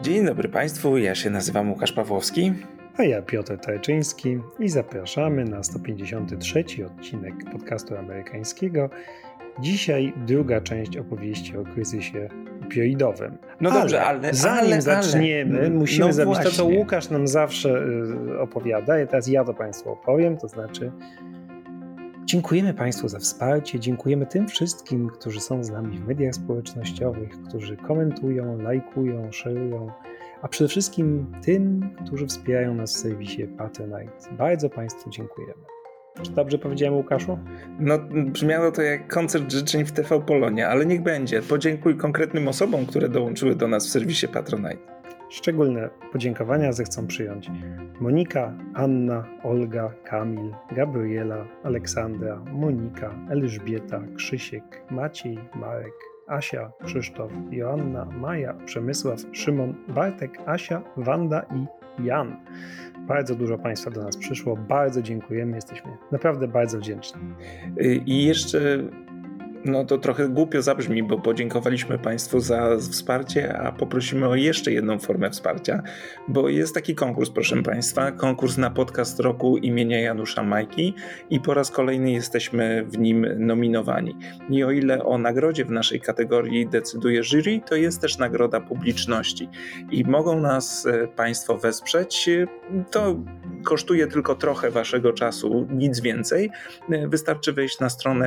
Dzień dobry Państwu, ja się nazywam Łukasz Pawłowski. A ja Piotr Tajczyński i zapraszamy na 153 odcinek podcastu amerykańskiego. Dzisiaj druga część opowieści o kryzysie opioidowym. No dobrze, ale zanim zaczniemy, musimy zrobić właśnie to, co Łukasz nam zawsze opowiada. I teraz ja to Państwu opowiem, to znaczy dziękujemy Państwu za wsparcie, dziękujemy tym wszystkim, którzy są z nami w mediach społecznościowych, którzy komentują, lajkują, szerują, a przede wszystkim tym, którzy wspierają nas w serwisie Patronite. Bardzo Państwu dziękujemy. Czy dobrze powiedziałem, Łukaszu? No, brzmiało to jak koncert życzeń w TV Polonia, ale niech będzie. Podziękuj konkretnym osobom, które dołączyły do nas w serwisie Patronite. Szczególne podziękowania zechcą przyjąć Monika, Anna, Olga, Kamil, Gabriela, Aleksandra, Monika, Elżbieta, Krzysiek, Maciej, Marek, Asia, Krzysztof, Joanna, Maja, Przemysław, Szymon, Bartek, Asia, Wanda i Jan. Bardzo dużo Państwa do nas przyszło, bardzo dziękujemy, jesteśmy naprawdę bardzo wdzięczni. I jeszcze, no to trochę głupio zabrzmi, bo podziękowaliśmy Państwu za wsparcie, a poprosimy o jeszcze jedną formę wsparcia, bo jest taki konkurs, proszę Państwa, konkurs na podcast roku imienia Janusza Majki i po raz kolejny jesteśmy w nim nominowani. I o ile o nagrodzie w naszej kategorii decyduje jury, to jest też nagroda publiczności i mogą nas Państwo wesprzeć. To kosztuje tylko trochę Waszego czasu, nic więcej. Wystarczy wejść na stronę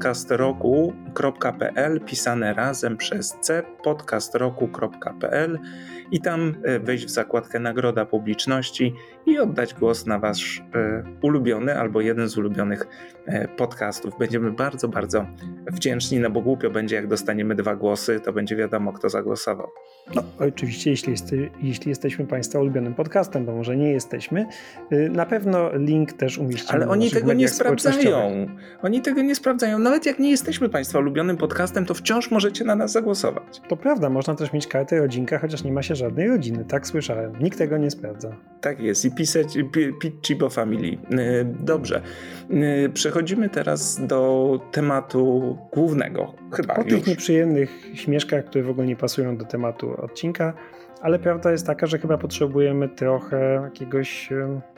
podcastroku.pl, pisane razem przez C, podcastroku.pl i tam wejść w zakładkę Nagroda Publiczności i oddać głos na Wasz ulubiony albo jeden z ulubionych podcastów. Będziemy bardzo, bardzo wdzięczni, no bo głupio będzie, jak dostaniemy 2 głosy, to będzie wiadomo, kto zagłosował. No, oczywiście, jeśli jesteśmy Państwa ulubionym podcastem, bo może nie jesteśmy, na pewno link też umieścimy. Ale oni tego nie sprawdzają. Oni tego nie sprawdzają. Nawet jak nie jesteśmy Państwa ulubionym podcastem, to wciąż możecie na nas zagłosować. To prawda, można też mieć kartę rodzinka, chociaż nie ma się żadnej rodziny. Tak słyszałem. Nikt tego nie sprawdza. Tak jest. I pisać Chibo Family. Dobrze. Przechodzimy teraz do tematu głównego. Chyba po już. Tych nieprzyjemnych śmieszkach, które w ogóle nie pasują do tematu odcinka, ale prawda jest taka, że chyba potrzebujemy trochę jakiegoś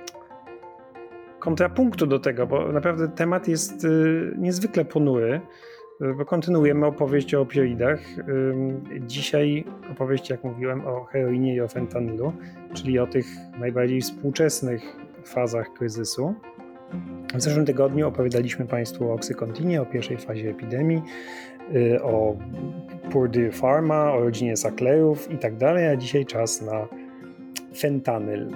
kontrapunktu do tego, bo naprawdę temat jest niezwykle ponury, bo kontynuujemy opowieść o opioidach. Dzisiaj opowieść, jak mówiłem, o heroinie i o fentanylu, czyli o tych najbardziej współczesnych fazach kryzysu. W zeszłym tygodniu opowiadaliśmy Państwu o Oxycontinie, o pierwszej fazie epidemii, o Purdue Pharma, o rodzinie Sacklerów i tak dalej, a dzisiaj czas na fentanyl.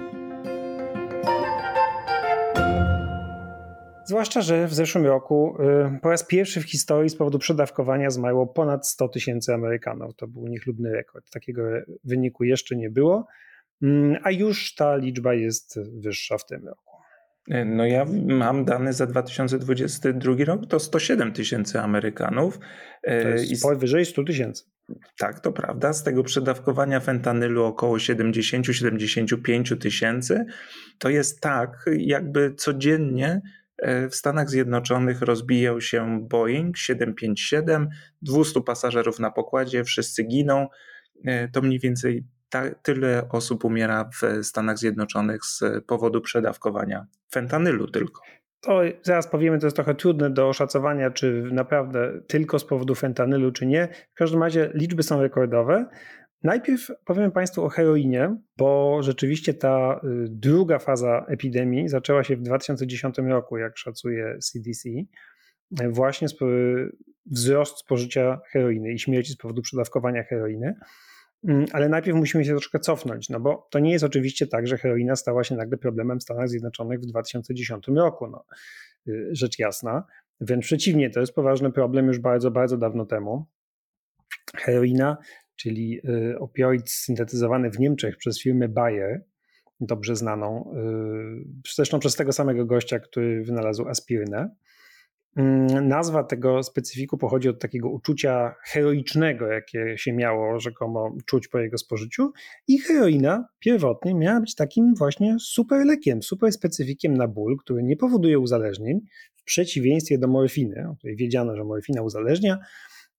Zwłaszcza, że w zeszłym roku po raz pierwszy w historii z powodu przedawkowania zmarło ponad 100 000 Amerykanów. To był niechlubny rekord. Takiego wyniku jeszcze nie było, a już ta liczba jest wyższa w tym roku. No ja mam dane za 2022 rok, to 107 000 Amerykanów. To jest powyżej 100 000. Tak, to prawda. Z tego przedawkowania fentanylu około 70-75 tysięcy. To jest tak, jakby codziennie w Stanach Zjednoczonych rozbijał się Boeing 757, 200 pasażerów na pokładzie, wszyscy giną. To mniej więcej tyle osób umiera w Stanach Zjednoczonych z powodu przedawkowania fentanylu tylko. To zaraz powiemy, to jest trochę trudne do oszacowania, czy naprawdę tylko z powodu fentanylu, czy nie. W każdym razie liczby są rekordowe. Najpierw powiem Państwu o heroinie, bo rzeczywiście ta druga faza epidemii zaczęła się w 2010 roku, jak szacuje CDC. Właśnie wzrost spożycia heroiny i śmierci z powodu przedawkowania heroiny. Ale najpierw musimy się troszkę cofnąć, no bo to nie jest oczywiście tak, że heroina stała się nagle problemem w Stanach Zjednoczonych w 2010 roku. No, rzecz jasna. Wręcz przeciwnie, to jest poważny problem już bardzo, bardzo dawno temu. Heroina, czyli opioid syntetyzowany w Niemczech przez firmę Bayer, dobrze znaną, zresztą przez tego samego gościa, który wynalazł aspirynę. Nazwa tego specyfiku pochodzi od takiego uczucia heroicznego, jakie się miało rzekomo czuć po jego spożyciu, i heroina pierwotnie miała być takim właśnie super lekiem, super specyfikiem na ból, który nie powoduje uzależnień, w przeciwieństwie do morfiny, o której wiedziano, że morfina uzależnia,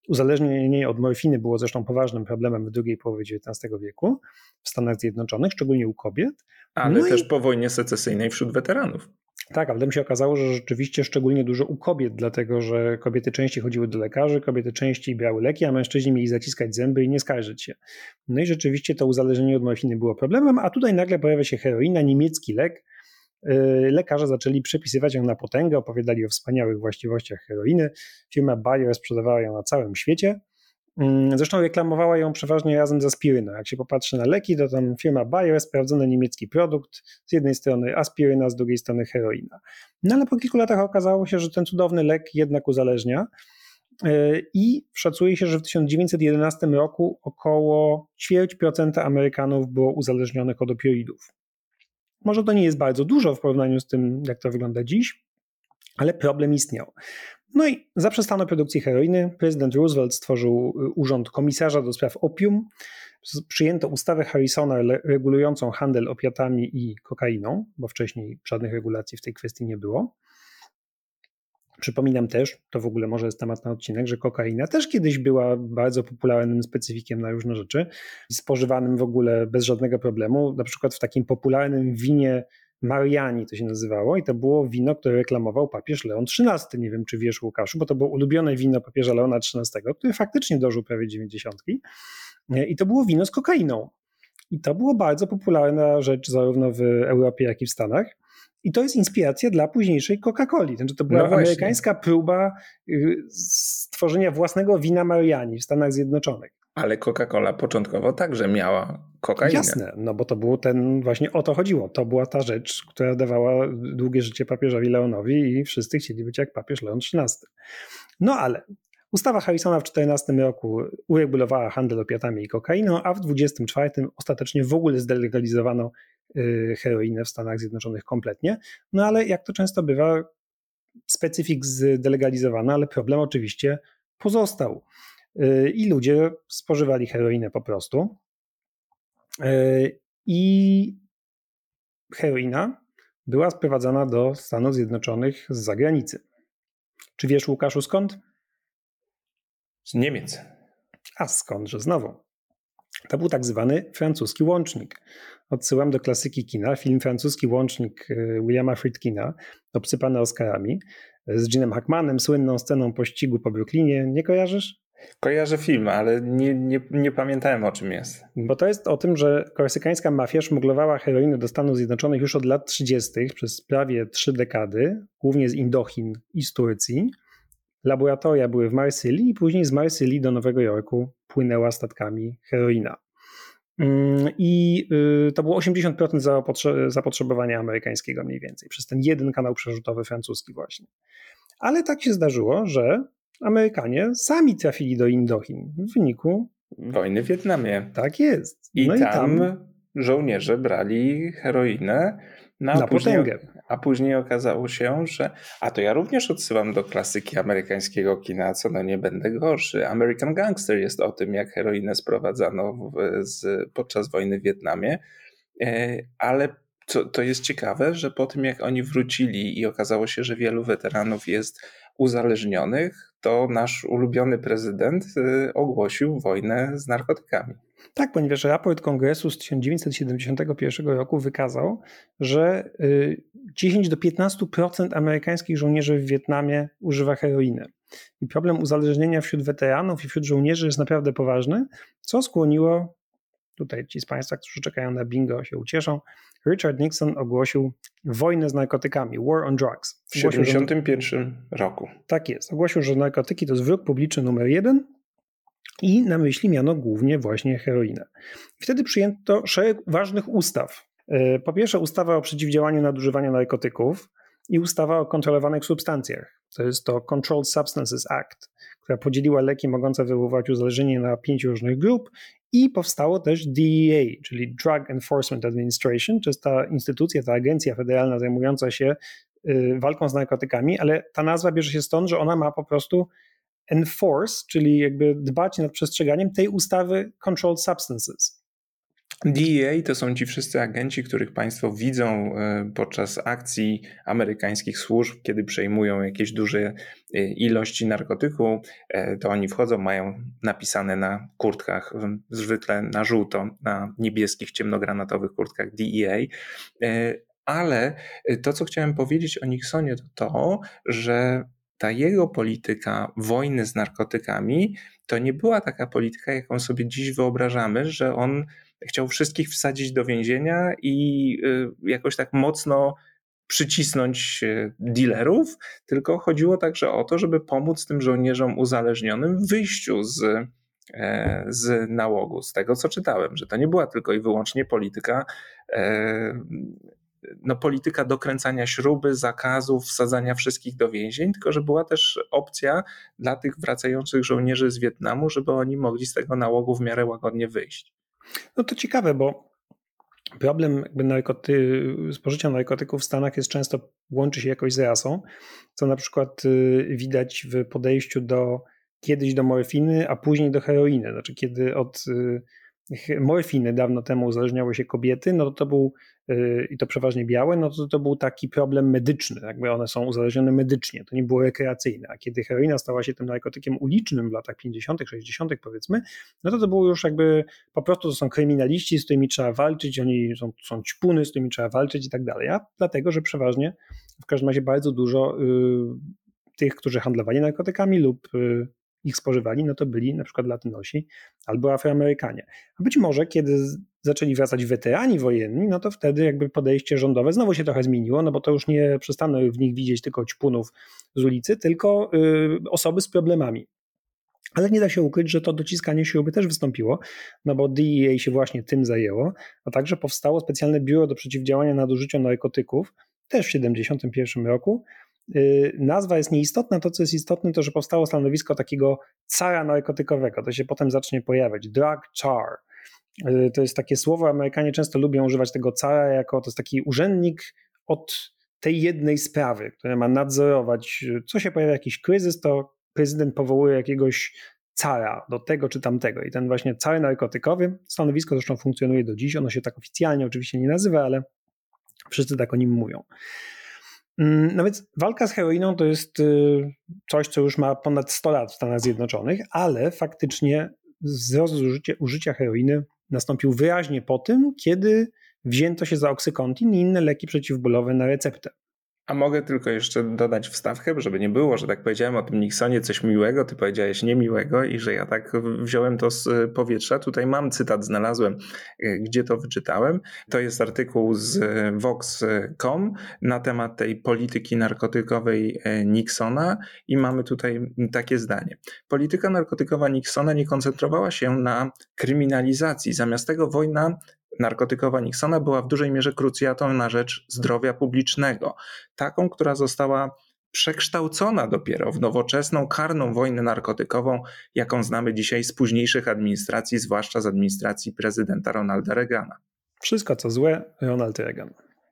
Uzależnienie od morfiny było zresztą poważnym problemem w drugiej połowie XIX wieku w Stanach Zjednoczonych, szczególnie u kobiet. Ale też po wojnie secesyjnej wśród weteranów. Tak, ale potem się okazało, że rzeczywiście szczególnie dużo u kobiet, dlatego że kobiety częściej chodziły do lekarzy, kobiety częściej brały leki, a mężczyźni mieli zaciskać zęby i nie skarżyć się. No i rzeczywiście to uzależnienie od morfiny było problemem, a tutaj nagle pojawia się heroina, niemiecki lek. Lekarze zaczęli przepisywać ją na potęgę, opowiadali o wspaniałych właściwościach heroiny. Firma Bayer sprzedawała ją na całym świecie. Zresztą reklamowała ją przeważnie razem z aspiryną. Jak się popatrzy na leki, to tam firma Bayer, sprawdzony niemiecki produkt, z jednej strony aspiryna, z drugiej strony heroina. No ale po kilku latach okazało się, że ten cudowny lek jednak uzależnia i szacuje się, że w 1911 roku około 0,25% Amerykanów było uzależnionych od opioidów. Może to nie jest bardzo dużo w porównaniu z tym, jak to wygląda dziś, ale problem istniał. No i zaprzestano produkcji heroiny. Prezydent Roosevelt stworzył urząd komisarza do spraw opium. Przyjęto ustawę Harrisona regulującą handel opiatami i kokainą, bo wcześniej żadnych regulacji w tej kwestii nie było. Przypominam też, to w ogóle może jest temat na odcinek, że kokaina też kiedyś była bardzo popularnym specyfikiem na różne rzeczy, spożywanym w ogóle bez żadnego problemu, na przykład w takim popularnym winie Mariani to się nazywało i to było wino, które reklamował papież Leon XIII. Nie wiem, czy wiesz, Łukaszu, bo to było ulubione wino papieża Leona XIII, który faktycznie dożył prawie 90. I to było wino z kokainą. I to było bardzo popularna rzecz zarówno w Europie, jak i w Stanach. I to jest inspiracja dla późniejszej Coca-Coli. Znaczy, to była amerykańska próba stworzenia własnego wina Mariani w Stanach Zjednoczonych. Ale Coca-Cola początkowo także miała kokainę. Jasne, no bo to był właśnie o to chodziło. To była ta rzecz, która dawała długie życie papieżowi Leonowi i wszyscy chcieli być jak papież Leon XIII. No ale ustawa Harrisona w 2014 roku uregulowała handel opiatami i kokainą, a w 2024 ostatecznie w ogóle zdelegalizowano heroinę w Stanach Zjednoczonych kompletnie. No ale jak to często bywa, specyfik zdelegalizowano, ale problem oczywiście pozostał. I ludzie spożywali heroinę po prostu. I heroina była sprowadzana do Stanów Zjednoczonych z zagranicy. Czy wiesz, Łukaszu, skąd? Z Niemiec. A skądże znowu? To był tak zwany francuski łącznik. Odsyłam do klasyki kina. Film Francuski łącznik Williama Friedkina, obsypany Oscarami, z Gene'em Hackmanem, słynną sceną pościgu po Brooklynie. Nie kojarzysz? Kojarzę film, ale nie pamiętałem, o czym jest. Bo to jest o tym, że korsykańska mafia szmuglowała heroinę do Stanów Zjednoczonych już od lat 30. przez prawie 3 dekady, głównie z Indochin i z Turcji. Laboratoria były w Marsylii i później z Marsylii do Nowego Jorku płynęła statkami heroina. I to było 80% zapotrzebowania amerykańskiego mniej więcej, przez ten jeden kanał przerzutowy francuski właśnie. Ale tak się zdarzyło, że Amerykanie sami trafili do Indochin w wyniku wojny w Wietnamie. Tak jest. I tam żołnierze brali heroinę na potęgę. A później okazało się, że... A to ja również odsyłam do klasyki amerykańskiego kina, co no nie będę gorszy. American Gangster jest o tym, jak heroinę sprowadzano podczas wojny w Wietnamie. Ale to jest ciekawe, że po tym jak oni wrócili i okazało się, że wielu weteranów jest uzależnionych, to nasz ulubiony prezydent ogłosił wojnę z narkotykami. Tak, ponieważ raport Kongresu z 1971 roku wykazał, że 10 do 15% amerykańskich żołnierzy w Wietnamie używa heroiny. I problem uzależnienia wśród weteranów i wśród żołnierzy jest naprawdę poważny, co skłoniło, tutaj ci z Państwa, którzy czekają na bingo, się ucieszą, Richard Nixon ogłosił wojnę z narkotykami, War on Drugs. W 1971 roku. Tak jest. Ogłosił, że narkotyki to jest wróg publiczny numer 1 i na myśli miano głównie właśnie heroinę. Wtedy przyjęto szereg ważnych ustaw. Po pierwsze ustawa o przeciwdziałaniu nadużywania narkotyków i ustawa o kontrolowanych substancjach. To jest to Controlled Substances Act, która podzieliła leki mogące wywoływać uzależnienie na 5 różnych grup i powstało też DEA, czyli Drug Enforcement Administration, to jest ta instytucja, ta agencja federalna zajmująca się walką z narkotykami, ale ta nazwa bierze się stąd, że ona ma po prostu enforce, czyli jakby dbać nad przestrzeganiem tej ustawy Controlled Substances. DEA to są ci wszyscy agenci, których państwo widzą podczas akcji amerykańskich służb, kiedy przejmują jakieś duże ilości narkotyku, to oni wchodzą, mają napisane na kurtkach, zwykle na żółto, na niebieskich, ciemnogranatowych kurtkach DEA. Ale to, co chciałem powiedzieć o Nixonie, to, że ta jego polityka wojny z narkotykami to nie była taka polityka, jaką sobie dziś wyobrażamy, że on chciał wszystkich wsadzić do więzienia i jakoś tak mocno przycisnąć dealerów, tylko chodziło także o to, żeby pomóc tym żołnierzom uzależnionym w wyjściu z nałogu. Z tego, co czytałem, że to nie była tylko i wyłącznie polityka dokręcania śruby, zakazów, wsadzania wszystkich do więzień, tylko że była też opcja dla tych wracających żołnierzy z Wietnamu, żeby oni mogli z tego nałogu w miarę łagodnie wyjść. No to ciekawe, bo problem spożycia narkotyków w Stanach łączy się jakoś z rasą, co na przykład widać w podejściu kiedyś do morfiny, a później do heroiny. Znaczy kiedy od morfiny dawno temu uzależniały się kobiety, no to był, i to przeważnie białe, no to był taki problem medyczny, jakby one są uzależnione medycznie, to nie było rekreacyjne, a kiedy heroina stała się tym narkotykiem ulicznym w latach 50., 60. powiedzmy, no to było już jakby po prostu to są kryminaliści, z którymi trzeba walczyć, oni są ćpuny, z którymi trzeba walczyć i tak dalej, a dlatego, że przeważnie w każdym razie bardzo dużo tych, którzy handlowali narkotykami lub ich spożywali, no to byli na przykład Latynosi albo Afroamerykanie. A być może kiedy zaczęli wracać weterani wojenni, no to wtedy jakby podejście rządowe znowu się trochę zmieniło, no bo to już nie przestano w nich widzieć tylko ćpunów z ulicy, tylko osoby z problemami. Ale nie da się ukryć, że to dociskanie śruby też wystąpiło, no bo DEA się właśnie tym zajęło, a także powstało specjalne biuro do przeciwdziałania nadużyciu narkotyków, też w 1971 roku. Nazwa jest nieistotna, to co jest istotne to, że powstało stanowisko takiego cara narkotykowego, to się potem zacznie pojawiać, drug czar. To jest takie słowo, Amerykanie często lubią używać tego cara to jest taki urzędnik od tej jednej sprawy, która ma nadzorować, co się pojawia jakiś kryzys, to prezydent powołuje jakiegoś cara do tego czy tamtego i ten właśnie car narkotykowy, stanowisko zresztą funkcjonuje do dziś, ono się tak oficjalnie oczywiście nie nazywa, ale wszyscy tak o nim mówią. No więc walka z heroiną to jest coś, co już ma ponad 100 lat w Stanach Zjednoczonych, ale faktycznie wzrost użycia heroiny nastąpił wyraźnie po tym, kiedy wzięto się za Oxycontin i inne leki przeciwbólowe na receptę. A mogę tylko jeszcze dodać wstawkę, żeby nie było, że tak powiedziałem o tym Nixonie coś miłego, ty powiedziałeś niemiłego i że ja tak wziąłem to z powietrza. Tutaj mam cytat, znalazłem, gdzie to wyczytałem. To jest artykuł z Vox.com na temat tej polityki narkotykowej Nixona i mamy tutaj takie zdanie. Polityka narkotykowa Nixona nie koncentrowała się na kryminalizacji. Zamiast tego wojna narkotykowa Nixona była w dużej mierze krucjatą na rzecz zdrowia publicznego. Taką, która została przekształcona dopiero w nowoczesną, karną wojnę narkotykową, jaką znamy dzisiaj z późniejszych administracji, zwłaszcza z administracji prezydenta Ronalda Reagana. Wszystko co złe, Ronald Reagan.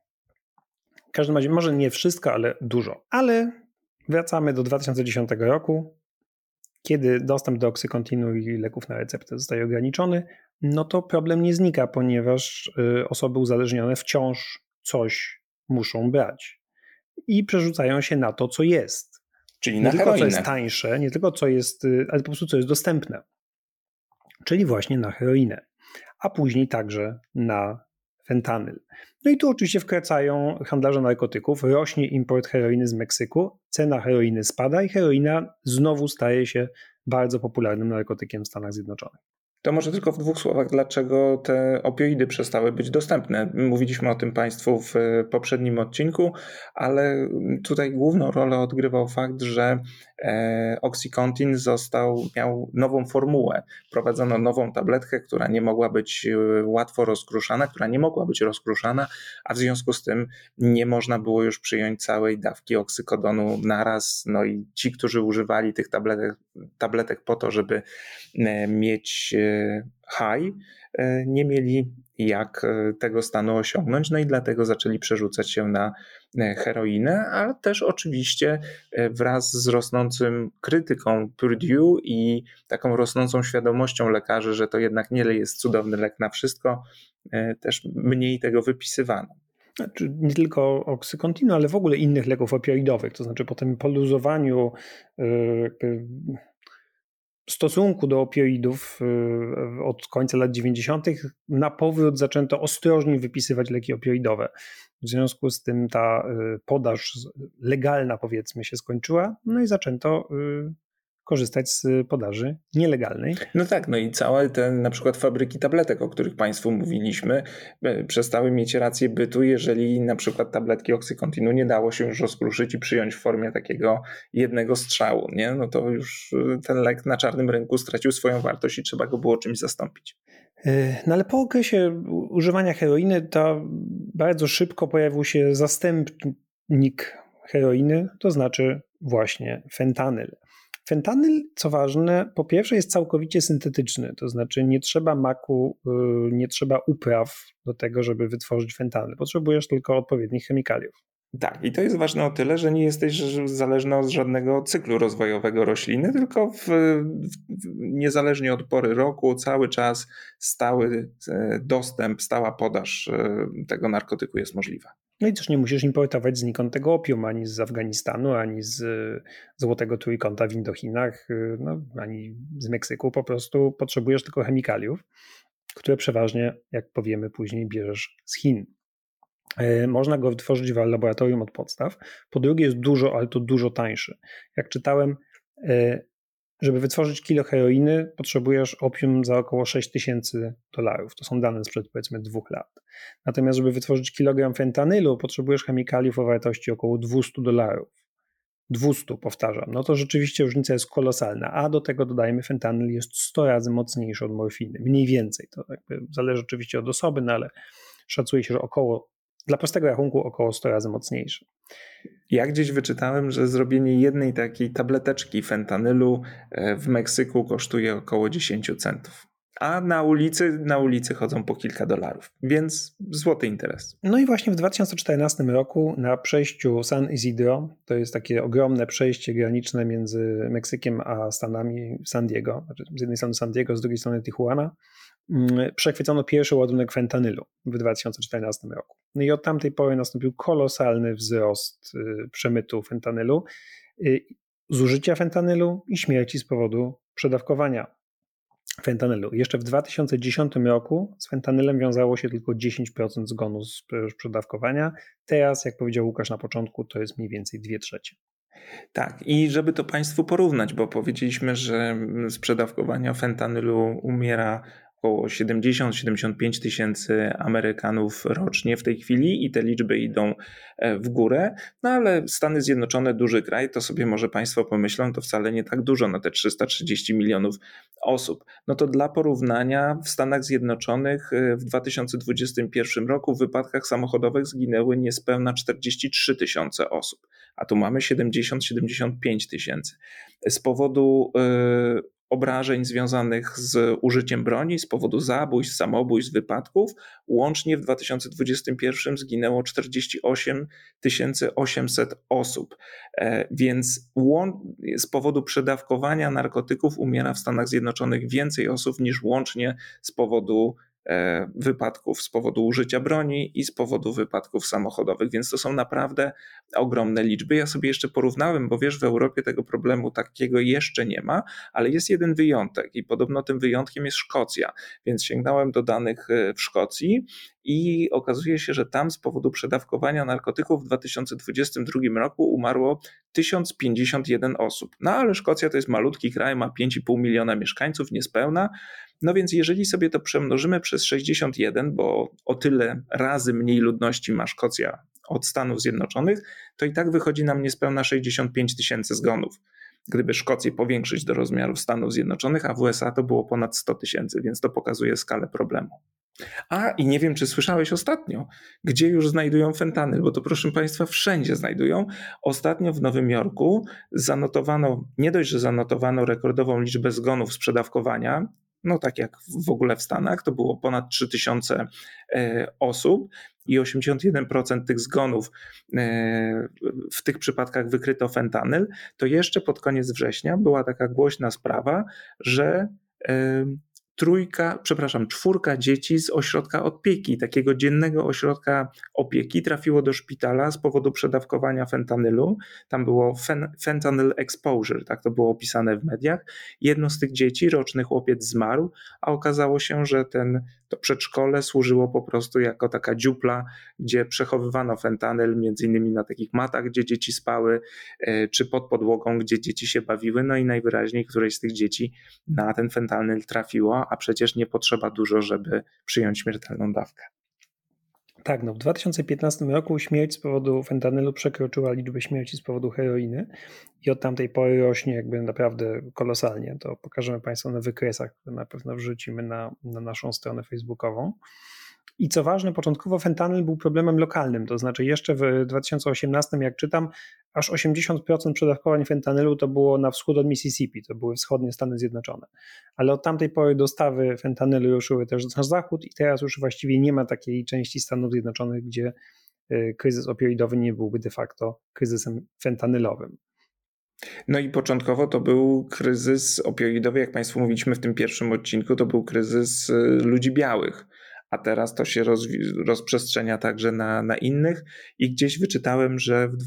W każdym razie, może nie wszystko, ale dużo. Ale wracamy do 2010 roku, kiedy dostęp do Oxycontinu i leków na receptę zostaje ograniczony, no to problem nie znika, ponieważ osoby uzależnione wciąż coś muszą brać i przerzucają się na to, co jest. Czyli nie na tylko heroinę. Co jest tańsze, nie tylko co jest, ale po prostu co jest dostępne. Czyli właśnie na heroinę, a później także na fentanyl. No i tu oczywiście wkraczają handlarze narkotyków, rośnie import heroiny z Meksyku, cena heroiny spada i heroina znowu staje się bardzo popularnym narkotykiem w Stanach Zjednoczonych. To może tylko w 2 słowach, dlaczego te opioidy przestały być dostępne. Mówiliśmy o tym Państwu w poprzednim odcinku, ale tutaj główną rolę odgrywał fakt, że Oxycontin miał nową formułę. Prowadzono nową tabletkę, która nie mogła być łatwo rozkruszana, a w związku z tym nie można było już przyjąć całej dawki oksykodonu naraz. No i ci, którzy używali tych tabletek po to, żeby mieć high, nie mieli jak tego stanu osiągnąć, no i dlatego zaczęli przerzucać się na heroinę, ale też oczywiście wraz z rosnącą krytyką Purdue i taką rosnącą świadomością lekarzy, że to jednak nie jest cudowny lek na wszystko, też mniej tego wypisywano. Znaczy, nie tylko oksykontinu, ale w ogóle innych leków opioidowych, to znaczy po tym poluzowaniu jakby stosunku do opioidów od końca lat 90. na powrót zaczęto ostrożnie wypisywać leki opioidowe. W związku z tym ta podaż legalna, powiedzmy, się skończyła, no i zaczęto korzystać z podaży nielegalnej. No tak, no i całe te na przykład fabryki tabletek, o których Państwu mówiliśmy, przestały mieć rację bytu, jeżeli na przykład tabletki oksykontinu nie dało się już rozkruszyć i przyjąć w formie takiego jednego strzału, nie? No to już ten lek na czarnym rynku stracił swoją wartość i trzeba go było czymś zastąpić. No ale po okresie używania heroiny to bardzo szybko pojawił się zastępnik heroiny, to znaczy właśnie fentanyl. Fentanyl, co ważne, po pierwsze jest całkowicie syntetyczny, to znaczy nie trzeba maku, nie trzeba upraw do tego, żeby wytworzyć fentanyl. Potrzebujesz tylko odpowiednich chemikaliów. Tak, i to jest ważne o tyle, że nie jesteś zależny od żadnego cyklu rozwojowego rośliny, tylko niezależnie od pory roku, cały czas stały dostęp, stała podaż tego narkotyku jest możliwa. No i też nie musisz importować znikąd tego opium, ani z Afganistanu, ani z Złotego Trójkąta w Indochinach, no, ani z Meksyku. Po prostu potrzebujesz tylko chemikaliów, które przeważnie, jak powiemy później, bierzesz z Chin. Można go wytworzyć w laboratorium od podstaw. Po drugie jest dużo, ale to dużo tańszy. Jak czytałem, żeby wytworzyć kilo heroiny, potrzebujesz opium za około $6,000. To są dane sprzed powiedzmy 2 lat. Natomiast żeby wytworzyć kilogram fentanylu, potrzebujesz chemikaliów o wartości około $200. 200, powtarzam. No to rzeczywiście różnica jest kolosalna. A do tego dodajmy, fentanyl jest 100 razy mocniejszy od morfiny. Mniej więcej. To jakby zależy oczywiście od osoby, no ale szacuje się, że dla prostego rachunku około 100 razy mocniejszy. Ja gdzieś wyczytałem, że zrobienie jednej takiej tableteczki fentanylu w Meksyku kosztuje około 10 centów. A na ulicy chodzą po kilka dolarów, więc złoty interes. No i właśnie w 2014 roku na przejściu San Isidro, to jest takie ogromne przejście graniczne między Meksykiem a Stanami, San Diego, znaczy z jednej strony San Diego, z drugiej strony Tijuana, przechwycono pierwszy ładunek fentanylu w 2014 roku. No i od tamtej pory nastąpił kolosalny wzrost przemytu fentanylu, zużycia fentanylu i śmierci z powodu przedawkowania fentanylu. Jeszcze w 2010 roku z fentanyl wiązało się tylko 10% zgonów z przedawkowania. Teraz, jak powiedział Łukasz na początku, to jest mniej więcej 2/3. Tak, i żeby to Państwu porównać, bo powiedzieliśmy, że z przedawkowania fentanylu umiera około 70-75 tysięcy Amerykanów rocznie w tej chwili i te liczby idą w górę, no ale Stany Zjednoczone, duży kraj, to sobie może Państwo pomyślą, to wcale nie tak dużo na te 330 milionów osób. No to dla porównania w Stanach Zjednoczonych w 2021 roku w wypadkach samochodowych zginęły niespełna 43 tysiące osób, a tu mamy 70-75 tysięcy. Z powodu obrażeń związanych z użyciem broni, z powodu zabójstw, samobójstw, wypadków, łącznie w 2021 zginęło 48 800 osób. Więc z powodu przedawkowania narkotyków umiera w Stanach Zjednoczonych więcej osób niż łącznie z powodu wypadków, z powodu użycia broni i z powodu wypadków samochodowych, więc to są naprawdę ogromne liczby. Ja sobie jeszcze porównałem, bo wiesz, w Europie tego problemu takiego jeszcze nie ma, ale jest jeden wyjątek i podobno tym wyjątkiem jest Szkocja, więc sięgnąłem do danych w Szkocji i okazuje się, że tam z powodu przedawkowania narkotyków w 2022 roku umarło 1051 osób. No ale Szkocja to jest malutki kraj, ma 5,5 miliona mieszkańców, niespełna. No więc jeżeli sobie to przemnożymy przez 61, bo o tyle razy mniej ludności ma Szkocja od Stanów Zjednoczonych, to i tak wychodzi nam niespełna 65 tysięcy zgonów. Gdyby Szkocję powiększyć do rozmiarów Stanów Zjednoczonych, a w USA to było ponad 100 tysięcy, więc to pokazuje skalę problemu. I nie wiem, czy słyszałeś ostatnio, gdzie już znajdują fentanyl, bo to proszę Państwa wszędzie znajdują. Ostatnio w Nowym Jorku nie dość, że zanotowano rekordową liczbę zgonów z przedawkowania, no tak jak w ogóle w Stanach, to było ponad 3000 osób i 81% tych zgonów w tych przypadkach wykryto fentanyl, to jeszcze pod koniec września była taka głośna sprawa, że czwórka dzieci z ośrodka opieki, takiego dziennego ośrodka opieki, trafiło do szpitala z powodu przedawkowania fentanylu. Tam było fentanyl exposure, tak to było opisane w mediach. Jedno z tych dzieci, roczny chłopiec, zmarł, a okazało się, że to przedszkole służyło po prostu jako taka dziupla, gdzie przechowywano fentanyl, między innymi na takich matach, gdzie dzieci spały, czy pod podłogą, gdzie dzieci się bawiły, no i najwyraźniej któreś z tych dzieci na ten fentanyl trafiło, a przecież nie potrzeba dużo, żeby przyjąć śmiertelną dawkę. Tak, no w 2015 roku śmierć z powodu fentanylu przekroczyła liczbę śmierci z powodu heroiny i od tamtej pory rośnie jakby naprawdę kolosalnie. To pokażemy Państwu na wykresach, które na pewno wrzucimy na naszą stronę facebookową. I co ważne, początkowo fentanyl był problemem lokalnym, to znaczy jeszcze w 2018, jak czytam, aż 80% przedawkowań fentanylu to było na wschód od Mississippi, to były wschodnie Stany Zjednoczone. Ale od tamtej pory dostawy fentanylu ruszyły też na zachód i teraz już właściwie nie ma takiej części Stanów Zjednoczonych, gdzie kryzys opioidowy nie byłby de facto kryzysem fentanylowym. No i początkowo to był kryzys opioidowy, jak Państwu mówiliśmy w tym pierwszym odcinku, to był kryzys ludzi białych. A teraz to się rozprzestrzenia także na innych i gdzieś wyczytałem, że w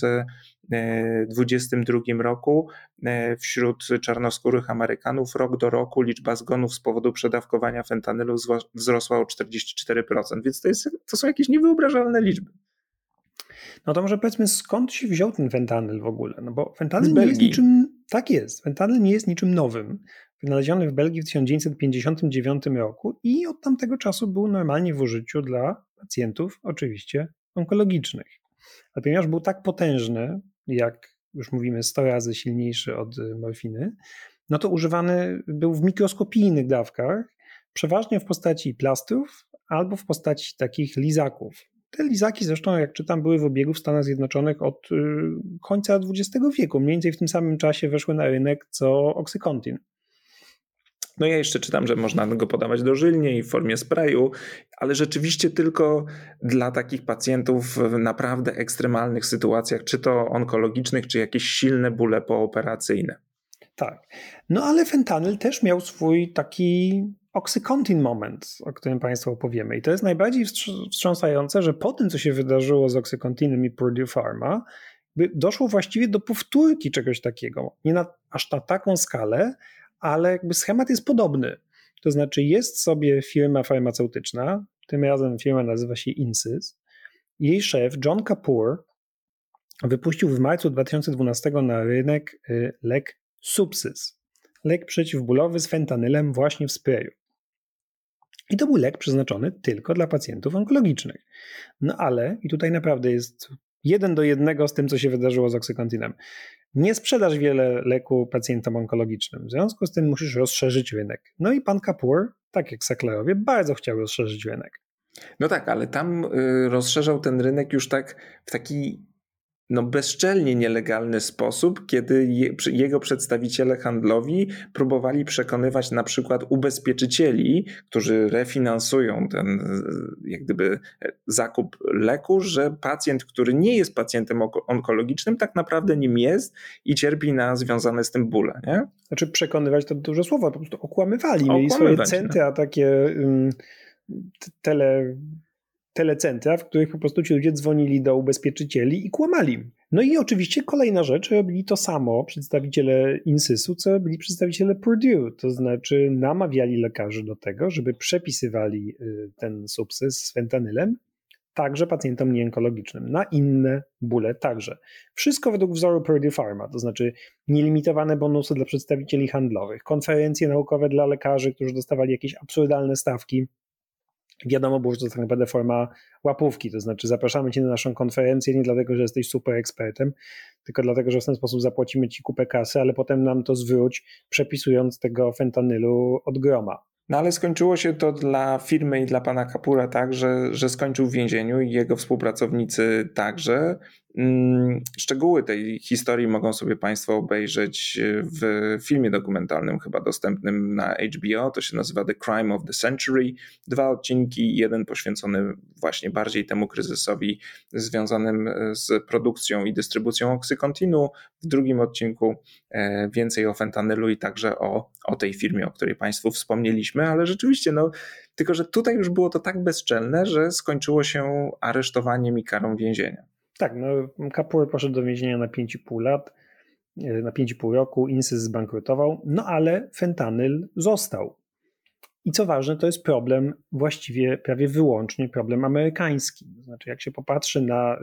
2022 roku wśród czarnoskórych Amerykanów rok do roku liczba zgonów z powodu przedawkowania fentanylu wzrosła o 44%, więc to są jakieś niewyobrażalne liczby. No to może powiedzmy, skąd się wziął ten fentanyl w ogóle? No bo fentanyl nie jest niczym, tak jest, fentanyl nie jest niczym nowym. Wynaleziony w Belgii w 1959 roku i od tamtego czasu był normalnie w użyciu dla pacjentów, oczywiście onkologicznych. Ale ponieważ był tak potężny, jak już mówimy 100 razy silniejszy od morfiny, no to używany był w mikroskopijnych dawkach, przeważnie w postaci plastrów albo w postaci takich lizaków. Te lizaki zresztą, jak czytam, były w obiegu w Stanach Zjednoczonych od końca XX wieku. Mniej więcej w tym samym czasie weszły na rynek co Oxycontin. No ja jeszcze czytam, że można go podawać dożylnie i w formie sprayu, ale rzeczywiście tylko dla takich pacjentów w naprawdę ekstremalnych sytuacjach, czy to onkologicznych, czy jakieś silne bóle pooperacyjne. Tak. No ale fentanyl też miał swój taki Oxycontin moment, o którym Państwu opowiemy. I to jest najbardziej wstrząsające, że po tym, co się wydarzyło z Oxycontinem i Purdue Pharma, doszło właściwie do powtórki czegoś takiego. Nie aż na taką skalę, ale jakby schemat jest podobny. To znaczy jest sobie firma farmaceutyczna, tym razem firma nazywa się Insys. Jej szef John Kapoor wypuścił w marcu 2012 na rynek lek Subsys. Lek przeciwbólowy z fentanylem właśnie w sprayu. I to był lek przeznaczony tylko dla pacjentów onkologicznych. No ale, i tutaj naprawdę jest 1:1 z tym, co się wydarzyło z Oxycontinem. Nie sprzedasz wiele leku pacjentom onkologicznym, w związku z tym musisz rozszerzyć rynek. No i pan Kapoor, tak jak Sacklerowie, bardzo chciał rozszerzyć rynek. No tak, ale tam rozszerzał ten rynek już tak w taki bezczelnie nielegalny sposób, kiedy jego przedstawiciele handlowi próbowali przekonywać na przykład ubezpieczycieli, którzy refinansują ten jak gdyby zakup leku, że pacjent, który nie jest pacjentem onkologicznym, tak naprawdę nim jest i cierpi na związane z tym bóle. Nie? Znaczy przekonywać to duże słowo, po prostu okłamywali. Mieli swoje centra takie telecentra, w których po prostu ci ludzie dzwonili do ubezpieczycieli i kłamali. No i oczywiście kolejna rzecz, robili to samo przedstawiciele Insysu, co robili przedstawiciele Purdue, to znaczy namawiali lekarzy do tego, żeby przepisywali ten Subsys z fentanylem także pacjentom nieonkologicznym, na inne bóle także. Wszystko według wzoru Purdue Pharma, to znaczy nielimitowane bonusy dla przedstawicieli handlowych, konferencje naukowe dla lekarzy, którzy dostawali jakieś absurdalne stawki. Wiadomo było, że to tak naprawdę forma łapówki, to znaczy zapraszamy cię na naszą konferencję nie dlatego, że jesteś super ekspertem, tylko dlatego, że w ten sposób zapłacimy ci kupę kasy, ale potem nam to zwróć, przepisując tego fentanylu od groma. No ale skończyło się to dla firmy i dla pana Kapoora tak, że skończył w więzieniu i jego współpracownicy także. Szczegóły tej historii mogą sobie Państwo obejrzeć w filmie dokumentalnym, chyba dostępnym na HBO. To się nazywa The Crime of the Century. 2 odcinki, jeden poświęcony właśnie bardziej temu kryzysowi związanym z produkcją i dystrybucją Oxycontinu. W drugim odcinku więcej o fentanylu i także o tej firmie, o której Państwu wspomnieliśmy, ale rzeczywiście, tylko że tutaj już było to tak bezczelne, że skończyło się aresztowaniem i karą więzienia. Tak, Kapoor poszedł do więzienia na 5,5 lat, na 5,5 roku, Insys zbankrutował, ale fentanyl został. I co ważne, to jest problem właściwie prawie wyłącznie problem amerykański. To znaczy, jak się popatrzy na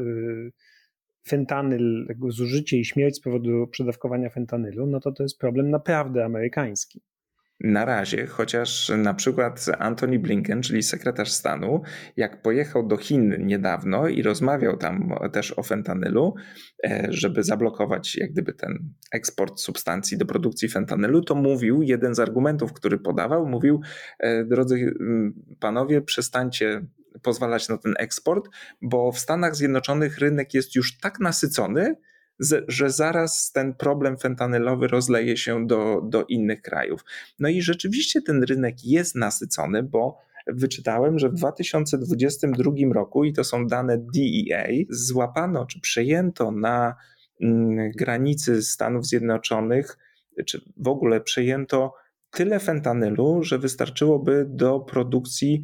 fentanyl, zużycie i śmierć z powodu przedawkowania fentanylu, to jest problem naprawdę amerykański. Na razie, chociaż na przykład Antony Blinken, czyli sekretarz stanu, jak pojechał do Chin niedawno i rozmawiał tam też o fentanylu, żeby zablokować jak gdyby ten eksport substancji do produkcji fentanylu, to mówił, jeden z argumentów, który podawał, mówił: drodzy panowie, przestańcie pozwalać na ten eksport, bo w Stanach Zjednoczonych rynek jest już tak nasycony, że zaraz ten problem fentanylowy rozleje się do innych krajów. I rzeczywiście ten rynek jest nasycony, bo wyczytałem, że w 2022 roku, i to są dane DEA, złapano czy przejęto na granicy Stanów Zjednoczonych, czy w ogóle przejęto tyle fentanylu, że wystarczyłoby do produkcji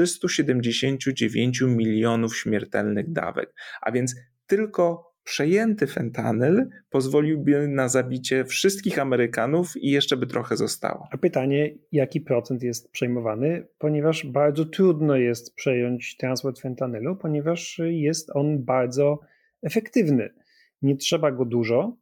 379 milionów śmiertelnych dawek. A więc tylko przejęty fentanyl pozwoliłby na zabicie wszystkich Amerykanów i jeszcze by trochę zostało. A pytanie, jaki procent jest przejmowany, ponieważ bardzo trudno jest przejąć transport fentanylu, ponieważ jest on bardzo efektywny. Nie trzeba go dużo,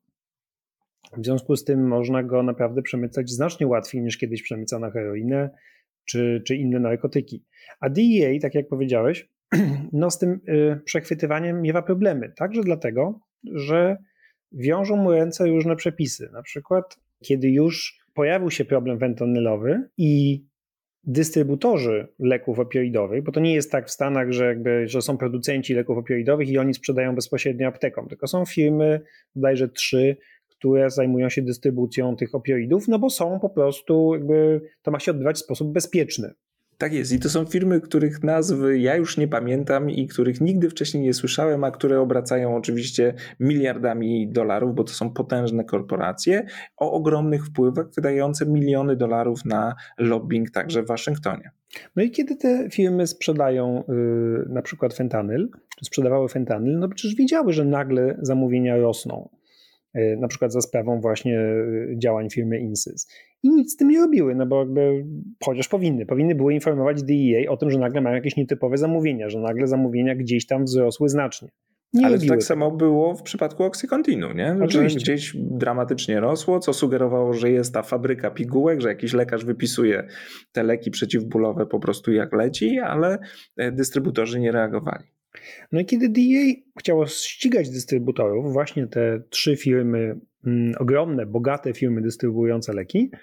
w związku z tym można go naprawdę przemycać znacznie łatwiej niż kiedyś przemycana heroinę czy inne narkotyki. A DEA, tak jak powiedziałeś, z tym przechwytywaniem miewa problemy. Także dlatego, że wiążą mu ręce różne przepisy. Na przykład, kiedy już pojawił się problem fentanylowy i dystrybutorzy leków opioidowych, bo to nie jest tak w Stanach, że są producenci leków opioidowych i oni sprzedają bezpośrednio aptekom, tylko są firmy, bodajże 3, które zajmują się dystrybucją tych opioidów, bo są po prostu, to ma się odbywać w sposób bezpieczny. Tak jest i to są firmy, których nazwy ja już nie pamiętam i których nigdy wcześniej nie słyszałem, a które obracają oczywiście miliardami dolarów, bo to są potężne korporacje o ogromnych wpływach, wydające miliony dolarów na lobbying także w Waszyngtonie. I kiedy te firmy sprzedają na przykład fentanyl, czy sprzedawały fentanyl, przecież wiedziały, że nagle zamówienia rosną. Na przykład za sprawą właśnie działań firmy Insys. I nic z tym nie robiły, bo chociaż powinny były informować DEA o tym, że nagle mają jakieś nietypowe zamówienia, że nagle zamówienia gdzieś tam wzrosły znacznie. Ale to tak samo było w przypadku Oxycontinu, nie? Oczywiście. Że gdzieś dramatycznie rosło, co sugerowało, że jest ta fabryka pigułek, że jakiś lekarz wypisuje te leki przeciwbólowe po prostu jak leci, ale dystrybutorzy nie reagowali. I kiedy DEA chciało ścigać dystrybutorów, właśnie te 3 firmy, ogromne, bogate firmy dystrybuujące leki,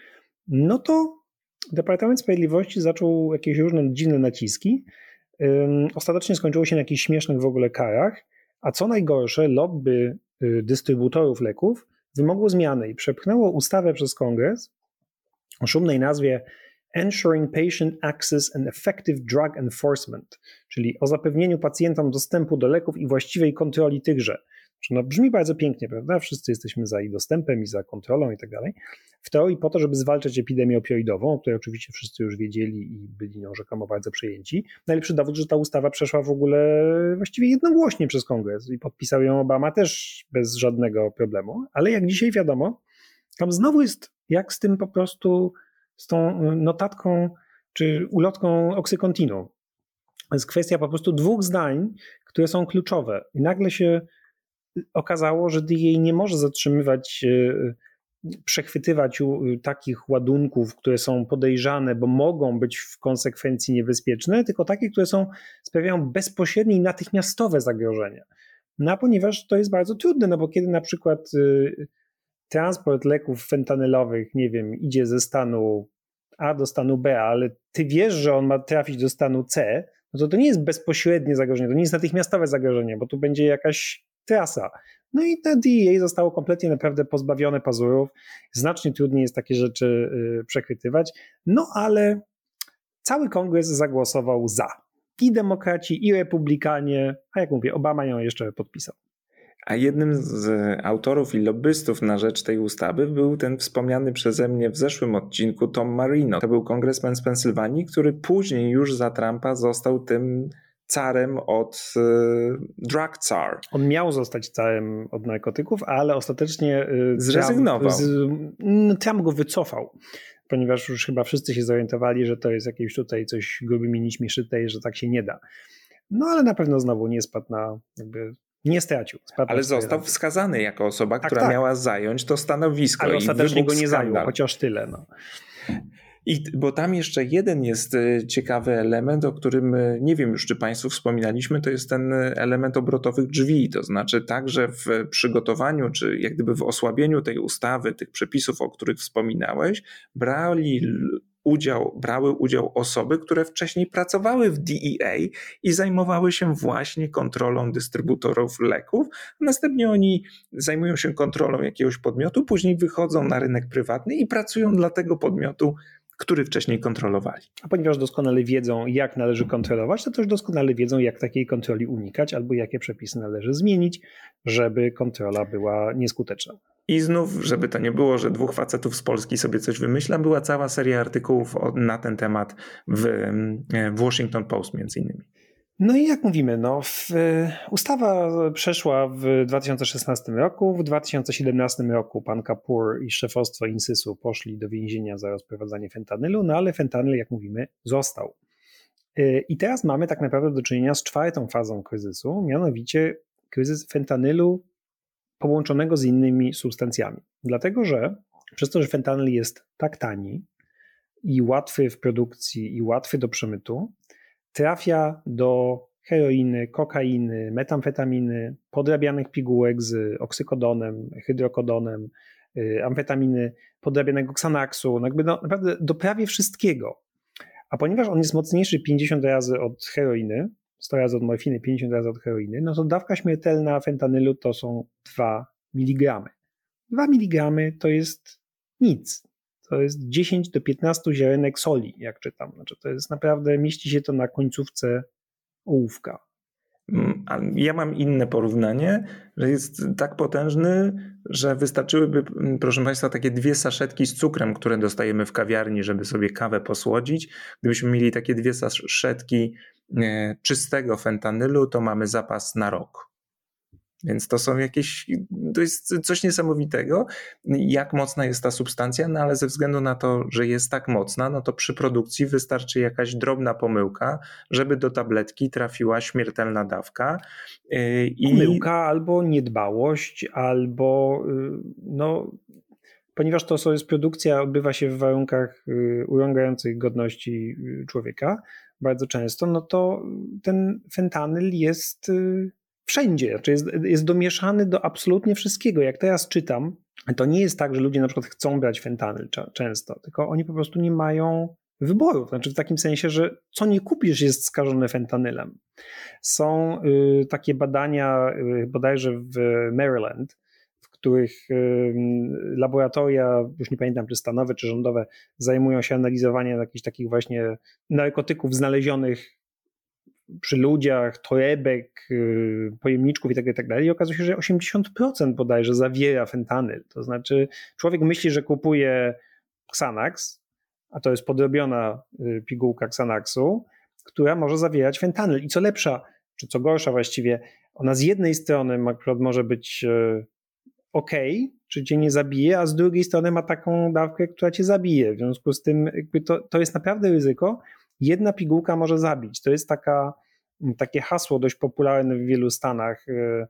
to Departament Sprawiedliwości zaczął jakieś różne dziwne naciski. Ostatecznie skończyło się na jakichś śmiesznych w ogóle karach, a co najgorsze, lobby dystrybutorów leków wymogło zmiany i przepchnęło ustawę przez Kongres o szumnej nazwie Ensuring Patient Access and Effective Drug Enforcement, czyli o zapewnieniu pacjentom dostępu do leków i właściwej kontroli tychże. Brzmi bardzo pięknie, prawda? Wszyscy jesteśmy za ich dostępem i za kontrolą i tak dalej. W teorii po to, żeby zwalczać epidemię opioidową, o której oczywiście wszyscy już wiedzieli i byli nią rzekomo bardzo przejęci. Najlepszy dowód, że ta ustawa przeszła w ogóle właściwie jednogłośnie przez Kongres i podpisał ją Obama też bez żadnego problemu. Ale jak dzisiaj wiadomo, tam znowu jest jak z tym po prostu z tą notatką czy ulotką Oxycontinu. To jest kwestia po prostu 2 zdań, które są kluczowe. I nagle się okazało, że DEA nie może zatrzymywać, przechwytywać takich ładunków, które są podejrzane, bo mogą być w konsekwencji niebezpieczne, tylko takie, które sprawiają bezpośrednie i natychmiastowe zagrożenia. A ponieważ to jest bardzo trudne, bo kiedy na przykład transport leków fentanylowych, nie wiem, idzie ze stanu A do stanu B, ale ty wiesz, że on ma trafić do stanu C, to nie jest bezpośrednie zagrożenie, to nie jest natychmiastowe zagrożenie, bo tu będzie jakaś trasa. No i na DEA zostało kompletnie naprawdę pozbawione pazurów. Znacznie trudniej jest takie rzeczy przechwytywać. No ale cały kongres zagłosował za. I demokraci, i republikanie, a jak mówię, Obama ją jeszcze podpisał. A jednym z autorów i lobbystów na rzecz tej ustawy był ten wspomniany przeze mnie w zeszłym odcinku Tom Marino. To był kongresmen z Pensylwanii, który później już za Trumpa został tym carem od drug czar. On miał zostać carem od narkotyków, ale ostatecznie zrezygnował. Trump go wycofał, ponieważ już chyba wszyscy się zorientowali, że to jest jakieś tutaj coś grubymi nićmi szyte i że tak się nie da. No ale na pewno znowu nie spadł na nie stracił. Ale został wskazany jako osoba, która miała zająć to stanowisko. Ale ostatecznie go nie zajął, chociaż tyle. No. Bo tam jeszcze jeden jest ciekawy element, o którym nie wiem już, czy Państwu wspominaliśmy, to jest ten element obrotowych drzwi. To znaczy także w przygotowaniu, czy jak gdyby w osłabieniu tej ustawy, tych przepisów, o których wspominałeś, brały udział osoby, które wcześniej pracowały w DEA i zajmowały się właśnie kontrolą dystrybutorów leków. Następnie oni zajmują się kontrolą jakiegoś podmiotu, później wychodzą na rynek prywatny i pracują dla tego podmiotu, który wcześniej kontrolowali. A ponieważ doskonale wiedzą, jak należy kontrolować, to też doskonale wiedzą, jak takiej kontroli unikać albo jakie przepisy należy zmienić, żeby kontrola była nieskuteczna. I znów, żeby to nie było, że dwóch facetów z Polski sobie coś wymyśla, była cała seria artykułów na ten temat w Washington Post między innymi. No i jak mówimy, ustawa przeszła w 2016 roku, w 2017 roku pan Kapoor i szefostwo INSYS-u poszli do więzienia za rozprowadzanie fentanylu, no ale fentanyl, jak mówimy, został. I teraz mamy tak naprawdę do czynienia z czwartą fazą kryzysu, mianowicie kryzys fentanylu połączonego z innymi substancjami. Dlatego, że przez to, że fentanyl jest tak tani i łatwy w produkcji i łatwy do przemytu, trafia do heroiny, kokainy, metamfetaminy, podrabianych pigułek z oksykodonem, hydrokodonem, amfetaminy, podrabianego Xanaxu, naprawdę do prawie wszystkiego. A ponieważ on jest mocniejszy 50 razy od heroiny, 100 razy od morfiny, 50 razy od heroiny, no to dawka śmiertelna fentanylu to są 2 mg. 2 mg to jest nic. To jest 10 do 15 ziarenek soli, jak czytam. Znaczy to jest naprawdę, mieści się to na końcówce ołówka. Ja mam inne porównanie, że jest tak potężny, że wystarczyłyby, proszę Państwa, takie 2 saszetki z cukrem, które dostajemy w kawiarni, żeby sobie kawę posłodzić. Gdybyśmy mieli takie 2 saszetki czystego fentanylu, to mamy zapas na rok. Więc to jest coś niesamowitego, jak mocna jest ta substancja, no ale ze względu na to, że jest tak mocna, no to przy produkcji wystarczy jakaś drobna pomyłka, żeby do tabletki trafiła śmiertelna dawka. Pomyłka albo niedbałość, albo ponieważ to jest produkcja, odbywa się w warunkach urągających godności człowieka bardzo często, no to ten fentanyl jest wszędzie, czy jest domieszany do absolutnie wszystkiego. Jak teraz czytam, to nie jest tak, że ludzie na przykład chcą brać fentanyl często, tylko oni po prostu nie mają wyboru. Znaczy w takim sensie, że co nie kupisz jest skażone fentanylem. Są takie badania bodajże w Maryland, w których laboratoria, już nie pamiętam czy stanowe, czy rządowe, zajmują się analizowaniem jakichś takich właśnie narkotyków znalezionych przy ludziach, torebek, pojemniczków itd. I okazuje się, że 80% bodajże zawiera fentanyl. To znaczy człowiek myśli, że kupuje Xanax, a to jest podrobiona pigułka Xanaxu, która może zawierać fentanyl. I co lepsza, czy co gorsza właściwie, ona z jednej strony może być czy cię nie zabije, a z drugiej strony ma taką dawkę, która cię zabije. W związku z tym to jest naprawdę ryzyko. Jedna pigułka może zabić. To jest takie hasło dość popularne w wielu stanach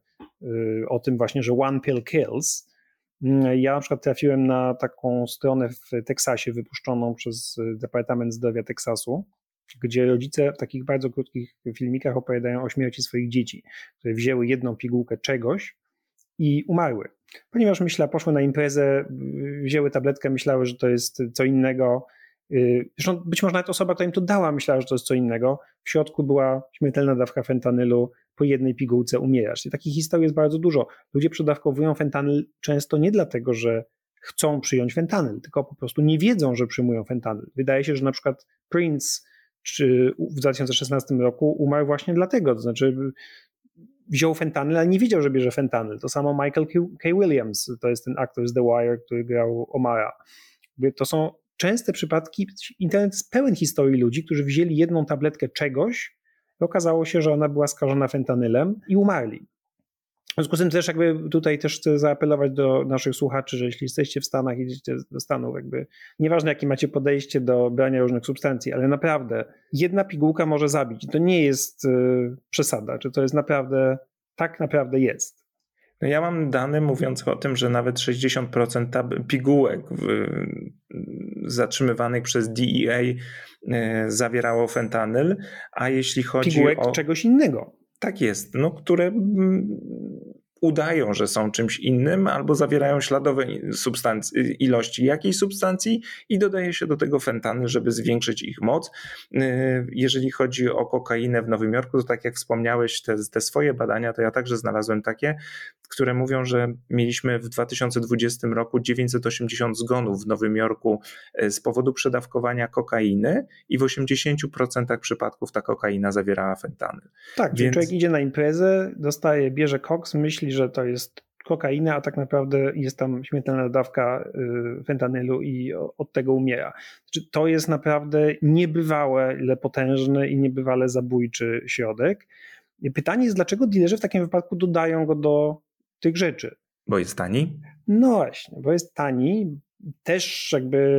o tym właśnie, że one pill kills. Ja na przykład trafiłem na taką stronę w Teksasie wypuszczoną przez Departament Zdrowia Teksasu, gdzie rodzice w takich bardzo krótkich filmikach opowiadają o śmierci swoich dzieci, które wzięły jedną pigułkę czegoś i umarły. Ponieważ poszły na imprezę, wzięły tabletkę, myślały, że to jest co innego. Zresztą być może nawet osoba, która im to dała, myślała, że to jest co innego. W środku była śmiertelna dawka fentanylu, po jednej pigułce umierasz. I takich historii jest bardzo dużo. Ludzie przedawkowują fentanyl często nie dlatego, że chcą przyjąć fentanyl, tylko po prostu nie wiedzą, że przyjmują fentanyl. Wydaje się, że na przykład Prince w 2016 roku umarł właśnie dlatego, to znaczy wziął fentanyl, ale nie wiedział, że bierze fentanyl. To samo Michael K. Williams, to jest ten aktor z The Wire, który grał Omara. To są częste przypadki, internet jest pełen historii ludzi, którzy wzięli jedną tabletkę czegoś i okazało się, że ona była skażona fentanylem i umarli. W związku z tym też tutaj też chcę zaapelować do naszych słuchaczy, że jeśli jesteście w Stanach, idziecie do Stanów, nieważne jakie macie podejście do brania różnych substancji, ale naprawdę jedna pigułka może zabić. To nie jest przesada, czy to jest naprawdę, tak naprawdę jest. No ja mam dane mówiące o tym, że nawet 60% pigułek zatrzymywanych przez DEA zawierało fentanyl, a jeśli chodzi pigułek o... czegoś innego. Tak jest, które udają, że są czymś innym albo zawierają śladowe ilości jakiejś substancji i dodaje się do tego fentanyl, żeby zwiększyć ich moc. Jeżeli chodzi o kokainę w Nowym Jorku, to tak jak wspomniałeś, te swoje badania, to ja także znalazłem takie, które mówią, że mieliśmy w 2020 roku 980 zgonów w Nowym Jorku z powodu przedawkowania kokainy i w 80% przypadków ta kokaina zawierała fentanyl. Tak, więc człowiek idzie na imprezę, bierze koks, myśli, że to jest kokaina, a tak naprawdę jest tam śmiertelna dawka fentanylu i od tego umiera. To jest naprawdę niebywale potężny i niebywale zabójczy środek. Pytanie jest, dlaczego dealerzy w takim wypadku dodają go do tych rzeczy? Bo jest tani? No właśnie, bo jest tani. Też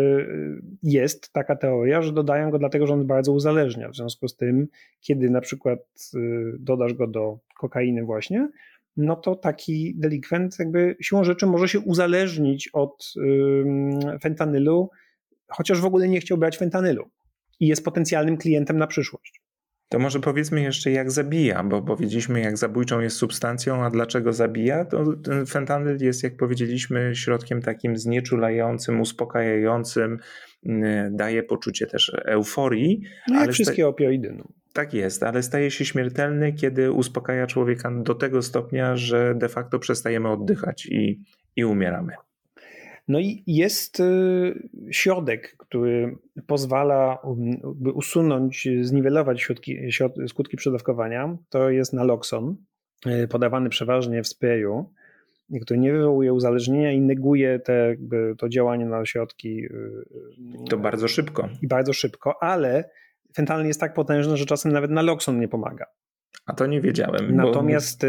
jest taka teoria, że dodają go dlatego, że on bardzo uzależnia. W związku z tym, kiedy na przykład dodasz go do kokainy właśnie, no to taki delikwent siłą rzeczy może się uzależnić od fentanylu, chociaż w ogóle nie chciał brać fentanylu i jest potencjalnym klientem na przyszłość. To może powiedzmy jeszcze, jak zabija, bo powiedzieliśmy, jak zabójczą jest substancją, a dlaczego zabija. To ten fentanyl jest, jak powiedzieliśmy, środkiem takim znieczulającym, uspokajającym, daje poczucie też euforii. No jak wszystkie opioidy. No. Tak jest, ale staje się śmiertelny, kiedy uspokaja człowieka do tego stopnia, że de facto przestajemy oddychać i umieramy. No i jest środek, który pozwala usunąć, zniwelować skutki przedawkowania. To jest naloxon, podawany przeważnie w sprayu, który nie wywołuje uzależnienia i neguje to działanie na ośrodki. To bardzo szybko. I bardzo szybko, ale fentanyl jest tak potężny, że czasem nawet naloxon nie pomaga. A to nie wiedziałem. Natomiast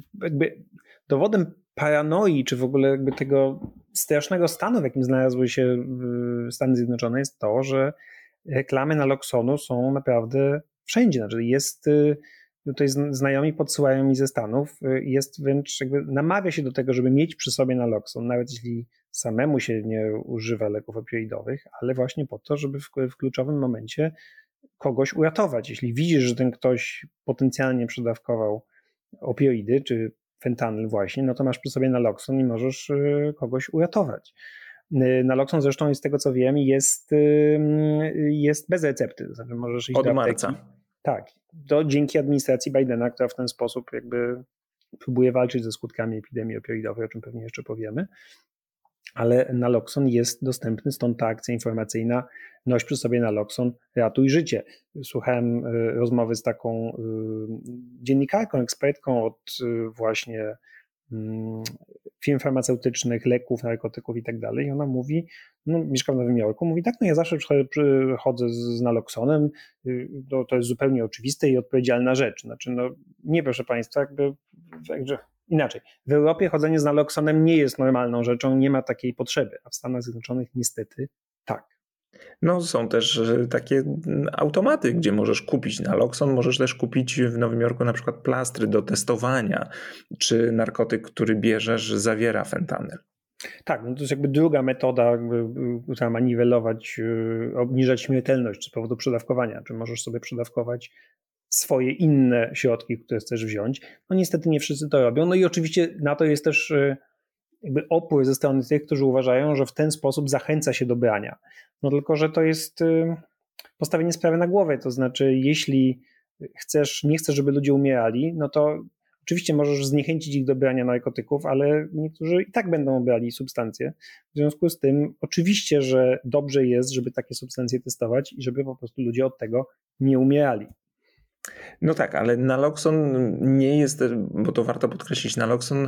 dowodem paranoi, czy w ogóle tego strasznego stanu, w jakim znalazły się Stany Zjednoczone, jest to, że reklamy naloxonu są naprawdę wszędzie. Znaczy tutaj znajomi podsyłają mi ze Stanów, jest wręcz namawia się do tego, żeby mieć przy sobie naloxon, nawet jeśli samemu się nie używa leków opioidowych, ale właśnie po to, żeby w kluczowym momencie kogoś uratować. Jeśli widzisz, że ten ktoś potencjalnie przedawkował opioidy, czy fentanyl właśnie, no to masz przy sobie naloxon i możesz kogoś uratować. Naloxon zresztą z tego co wiem jest bez recepty. To znaczy możesz iść od do marca. apteki. Tak, to dzięki administracji Bidena, która w ten sposób próbuje walczyć ze skutkami epidemii opioidowej, o czym pewnie jeszcze powiemy. Ale naloxon jest dostępny, stąd ta akcja informacyjna noś przy sobie naloxon, ratuj życie. Słuchałem rozmowy z taką dziennikarką, ekspertką od właśnie firm farmaceutycznych, leków, narkotyków i tak dalej. I ona mówi, mieszkam w Nowym Jorku, mówi tak, ja zawsze chodzę z naloxonem, to jest zupełnie oczywiste i odpowiedzialna rzecz. Znaczy, nie proszę Państwa, inaczej. W Europie chodzenie z naloxonem nie jest normalną rzeczą, nie ma takiej potrzeby, a w Stanach Zjednoczonych niestety tak. No są też takie automaty, gdzie możesz kupić naloxon, możesz też kupić w Nowym Jorku na przykład plastry do testowania, czy narkotyk, który bierzesz, zawiera fentanyl. Tak, to jest druga metoda, która ma niwelować, obniżać śmiertelność z powodu przedawkowania. Czy możesz sobie przedawkować swoje inne środki, które chcesz wziąć. Niestety nie wszyscy to robią. No i oczywiście na to jest też opór ze strony tych, którzy uważają, że w ten sposób zachęca się do brania. Tylko że to jest postawienie sprawy na głowę. To znaczy, jeśli nie chcesz, żeby ludzie umierali, no to oczywiście możesz zniechęcić ich do brania narkotyków, ale niektórzy i tak będą brali substancje. W związku z tym oczywiście, że dobrze jest, żeby takie substancje testować i żeby po prostu ludzie od tego nie umierali. No tak, ale naloxon nie jest, bo to warto podkreślić, naloxon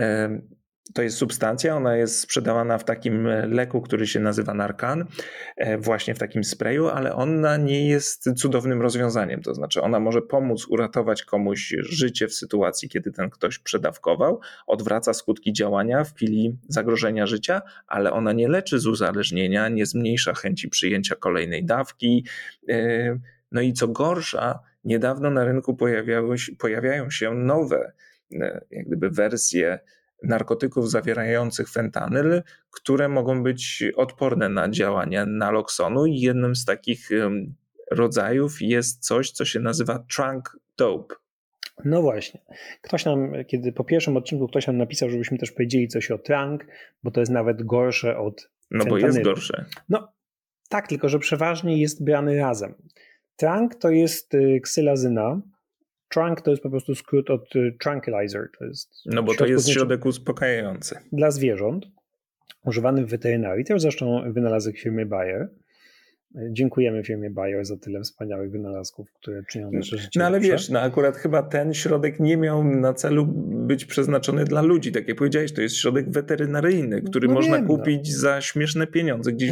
to jest substancja, ona jest sprzedawana w takim leku, który się nazywa Narcan, właśnie w takim sprayu, ale ona nie jest cudownym rozwiązaniem, to znaczy ona może pomóc uratować komuś życie w sytuacji, kiedy ten ktoś przedawkował, odwraca skutki działania w chwili zagrożenia życia, ale ona nie leczy z uzależnienia, nie zmniejsza chęci przyjęcia kolejnej dawki. No i co gorsza, niedawno na rynku pojawiają się nowe jak gdyby wersje narkotyków zawierających fentanyl, które mogą być odporne na działania naloxonu i jednym z takich rodzajów jest coś, co się nazywa trunk dope. No właśnie. Kiedy po pierwszym odcinku ktoś nam napisał, żebyśmy też powiedzieli coś o trunk, bo to jest nawet gorsze od fentanylu. Bo jest gorsze. No tak, tylko że przeważnie jest brany razem. Trunk to jest ksylazyna. Trunk to jest po prostu skrót od tranquilizer. Bo to jest środek uspokajający. Dla zwierząt, używany w weterynarii. To jest zresztą wynalazek firmy Bayer. Dziękujemy firmie Bayer za tyle wspaniałych wynalazków, które czynią nasze życie. No ale lepsze. wiesz, akurat chyba ten środek nie miał na celu być przeznaczony dla ludzi. Tak jak powiedziałeś, to jest środek weterynaryjny, który można kupić za śmieszne pieniądze. Gdzieś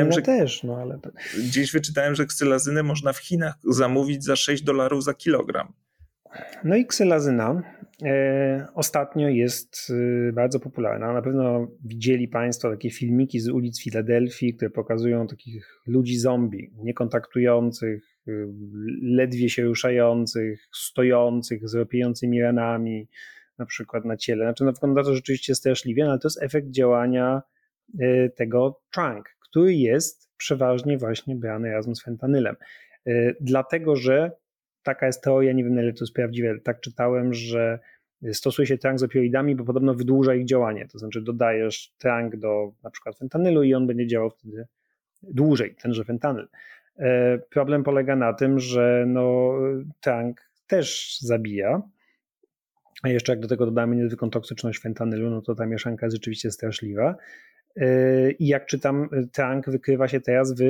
wyczytałem, że ksylazynę można w Chinach zamówić za $6 za kilogram. No i ksylazyna ostatnio jest bardzo popularna. Na pewno widzieli Państwo takie filmiki z ulic Filadelfii, które pokazują takich ludzi zombie, niekontaktujących, ledwie się ruszających, stojących, z ropiejącymi ranami, na przykład na ciele. Znaczy, wygląda to rzeczywiście straszliwie, ale to jest efekt działania tego trunk, który jest przeważnie właśnie brany razem z fentanylem. Dlatego, że taka jest teoria, nie wiem na ile to jest prawdziwe, ale tak czytałem, że stosuje się trunk z opioidami, bo podobno wydłuża ich działanie. To znaczy dodajesz trunk do na przykład fentanylu i on będzie działał wtedy dłużej, tenże fentanyl. Problem polega na tym, że trunk też zabija, a jeszcze jak do tego dodamy niezwykłą toksyczność fentanylu, no to ta mieszanka jest rzeczywiście straszliwa. I jak czytam, trunk wykrywa się teraz w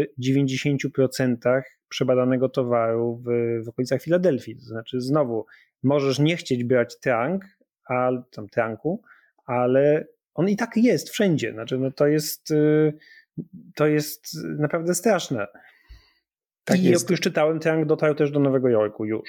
90% przebadanego towaru w okolicach Filadelfii. To znaczy znowu, możesz nie chcieć brać trunku, ale on i tak jest wszędzie. Znaczy, to jest naprawdę straszne. Tak I jak już czytałem, trunk dotarł też do Nowego Jorku już.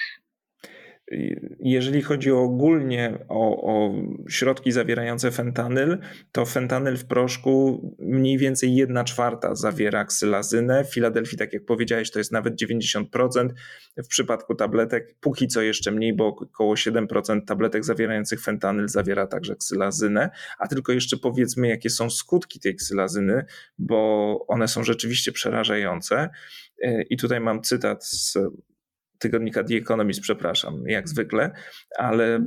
Jeżeli chodzi ogólnie o środki zawierające fentanyl, to fentanyl w proszku mniej więcej 1/4 zawiera ksylazynę. W Filadelfii, tak jak powiedziałeś, to jest nawet 90%. W przypadku tabletek póki co jeszcze mniej, bo około 7% tabletek zawierających fentanyl zawiera także ksylazynę. A tylko jeszcze powiedzmy, jakie są skutki tej ksylazyny, bo one są rzeczywiście przerażające. I tutaj mam cytat z tygodnika The Economist, przepraszam, jak zwykle, ale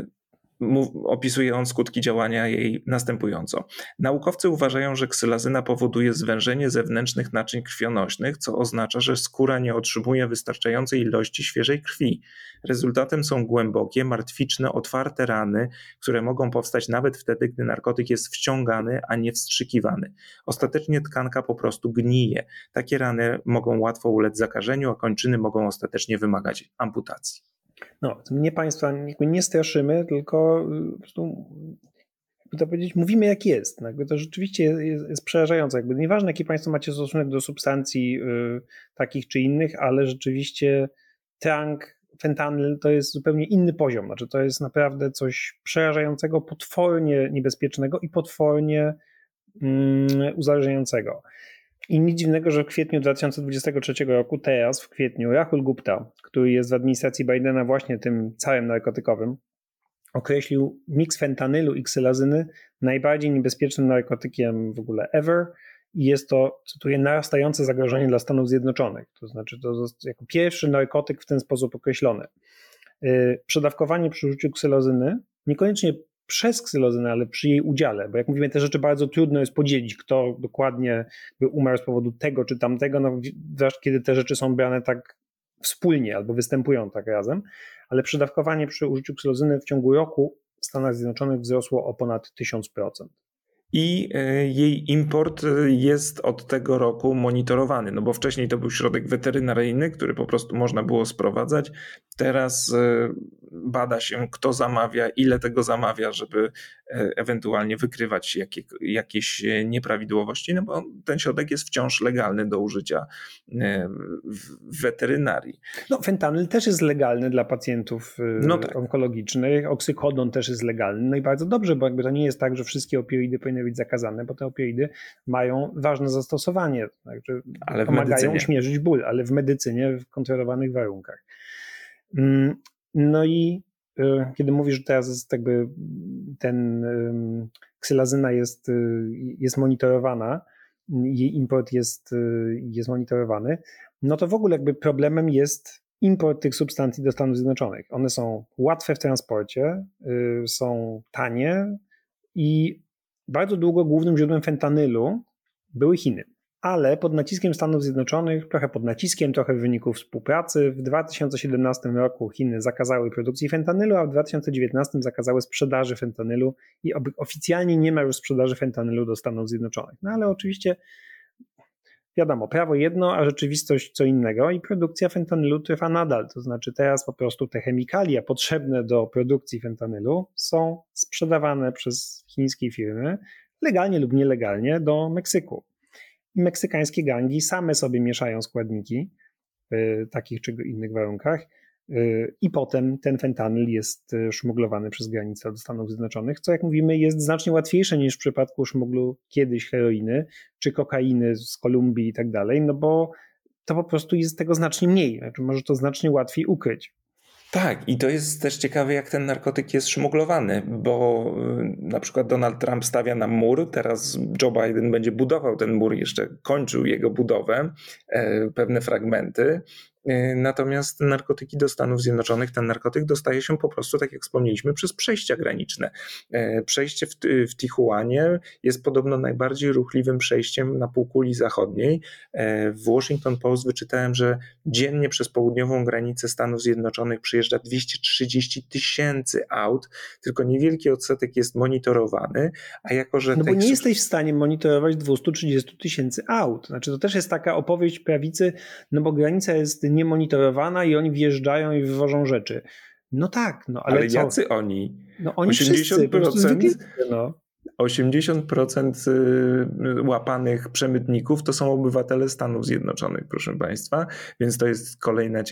opisuje on skutki działania jej następująco. Naukowcy uważają, że ksylazyna powoduje zwężenie zewnętrznych naczyń krwionośnych, co oznacza, że skóra nie otrzymuje wystarczającej ilości świeżej krwi. Rezultatem są głębokie, martwiczne, otwarte rany, które mogą powstać nawet wtedy, gdy narkotyk jest wciągany, a nie wstrzykiwany. Ostatecznie tkanka po prostu gnije. Takie rany mogą łatwo ulec zakażeniu, a kończyny mogą ostatecznie wymagać amputacji. Mnie Państwa nie straszymy, tylko po prostu, jakby to powiedzieć, mówimy jak jest. Jakby to rzeczywiście jest przerażające. Nieważne, jaki Państwo macie stosunek do substancji takich czy innych, ale rzeczywiście trunk, fentanyl to jest zupełnie inny poziom. Znaczy, to jest naprawdę coś przerażającego, potwornie niebezpiecznego i potwornie uzależniającego. I nic dziwnego, że w kwietniu 2023 roku, teraz w kwietniu, Rahul Gupta, który jest w administracji Bidena właśnie tym całym narkotykowym, określił miks fentanylu i ksylazyny najbardziej niebezpiecznym narkotykiem w ogóle ever i jest to, cytuję, narastające zagrożenie dla Stanów Zjednoczonych. To znaczy to jest jako pierwszy narkotyk w ten sposób określony. Przedawkowanie przy użyciu ksylazyny, niekoniecznie przez ksylozynę, ale przy jej udziale, bo jak mówimy, te rzeczy bardzo trudno jest podzielić, kto dokładnie by umarł z powodu tego czy tamtego, zwłaszcza kiedy te rzeczy są brane tak wspólnie albo występują tak razem, ale przedawkowanie przy użyciu ksylozyny w ciągu roku w Stanach Zjednoczonych wzrosło o ponad 1000%. I jej import jest od tego roku monitorowany, no bo wcześniej to był środek weterynaryjny, który po prostu można było sprowadzać. Teraz bada się, kto zamawia, ile tego zamawia, żeby ewentualnie wykrywać jakieś nieprawidłowości, no bo ten środek jest wciąż legalny do użycia w weterynarii. No, fentanyl też jest legalny dla pacjentów onkologicznych, oksykodon też jest legalny, no i bardzo dobrze, bo jakby to nie jest tak, że wszystkie opioidy powinny być zakazane, bo te opioidy mają ważne zastosowanie, także pomagają uśmierzyć ból, ale w medycynie w kontrolowanych warunkach. No i kiedy mówisz, że teraz jest jakby ksylazyna jest monitorowana, jej import jest monitorowany, no to w ogóle jakby problemem jest import tych substancji do Stanów Zjednoczonych. One są łatwe w transporcie, są tanie i bardzo długo głównym źródłem fentanylu były Chiny. Ale pod naciskiem Stanów Zjednoczonych, trochę pod naciskiem, trochę w wyniku współpracy, w 2017 roku Chiny zakazały produkcji fentanylu, a w 2019 zakazały sprzedaży fentanylu i oficjalnie nie ma już sprzedaży fentanylu do Stanów Zjednoczonych. No ale oczywiście wiadomo, prawo jedno, a rzeczywistość co innego i produkcja fentanylu trwa nadal. To znaczy teraz po prostu te chemikalia potrzebne do produkcji fentanylu są sprzedawane przez chińskie firmy legalnie lub nielegalnie do Meksyku. I meksykańskie gangi same sobie mieszają składniki w takich czy innych warunkach i potem ten fentanyl jest szmuglowany przez granicę do Stanów Zjednoczonych, co jak mówimy jest znacznie łatwiejsze niż w przypadku szmuglu kiedyś heroiny czy kokainy z Kolumbii i tak dalej, no bo to po prostu jest tego znacznie mniej, znaczy może to znacznie łatwiej ukryć. Tak, i to jest też ciekawe, jak ten narkotyk jest szmuglowany, bo na przykład Donald Trump stawia nam mur, teraz Joe Biden będzie budował ten mur, jeszcze kończył jego budowę, pewne fragmenty. Natomiast narkotyki do Stanów Zjednoczonych, ten narkotyk dostaje się po prostu, tak jak wspomnieliśmy, przez przejścia graniczne. Przejście w Tijuanie jest podobno najbardziej ruchliwym przejściem na półkuli zachodniej. W Washington Post wyczytałem, że dziennie przez południową granicę Stanów Zjednoczonych przyjeżdża 230 000 aut, tylko niewielki odsetek jest monitorowany, a jako że... No bo nie jesteś w stanie monitorować 230 000 aut. Znaczy to też jest taka opowieść prawicy, no bo granica jest niemonitorowana i oni wjeżdżają i wywożą rzeczy. No tak, no ale co? Jacy oni? No oni 80%, wszyscy, po prostu zwykle, no. 80% łapanych przemytników to są obywatele Stanów Zjednoczonych, proszę Państwa, więc to jest kolejna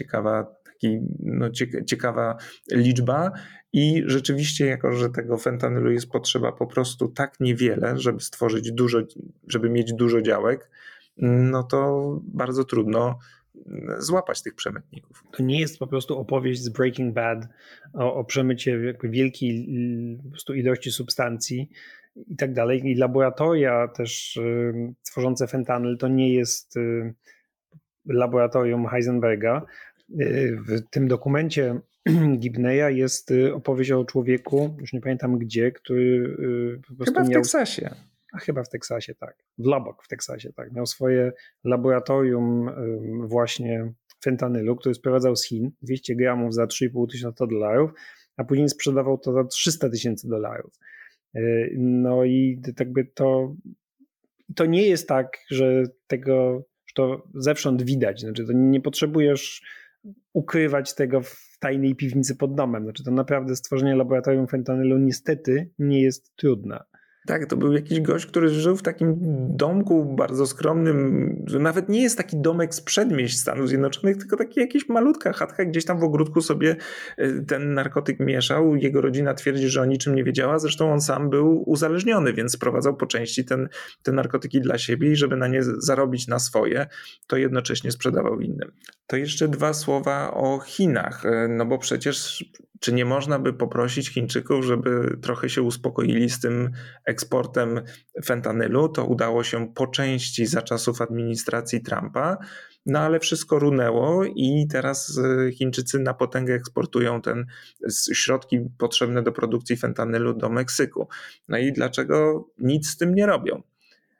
ciekawa liczba i rzeczywiście, jako że tego fentanylu jest potrzeba po prostu tak niewiele, żeby stworzyć żeby mieć dużo działek, no to bardzo trudno złapać tych przemytników. To nie jest po prostu opowieść z Breaking Bad o przemycie wielkiej po prostu ilości substancji i tak dalej. I laboratoria też tworzące fentanyl to nie jest laboratorium Heisenberga. W tym dokumencie Gibneya jest opowieść o człowieku, już nie pamiętam gdzie, który po prostu Chyba w Teksasie. A chyba w Teksasie, tak. W Lubbock w Teksasie, tak. Miał swoje laboratorium właśnie fentanylu, który sprowadzał z Chin, 200 gramów za $3,500, a później sprzedawał to za $300,000. No i jakby to nie jest tak, że to zewsząd widać. Znaczy to nie potrzebujesz ukrywać tego w tajnej piwnicy pod domem. Znaczy to naprawdę stworzenie laboratorium fentanylu niestety nie jest trudne. Tak, to był jakiś gość, który żył w takim domku bardzo skromnym, że nawet nie jest taki domek z przedmieść Stanów Zjednoczonych, tylko taki jakiś malutka chatka, gdzieś tam w ogródku sobie ten narkotyk mieszał. Jego rodzina twierdzi, że o niczym nie wiedziała, zresztą on sam był uzależniony, więc sprowadzał po części te narkotyki dla siebie i żeby na nie zarobić na swoje, to jednocześnie sprzedawał innym. To jeszcze 2 słowa o Chinach, no bo przecież czy nie można by poprosić Chińczyków, żeby trochę się uspokoili z tym eksportem fentanylu? To udało się po części za czasów administracji Trumpa, no ale wszystko runęło i teraz Chińczycy na potęgę eksportują środki potrzebne do produkcji fentanylu do Meksyku. No i dlaczego nic z tym nie robią?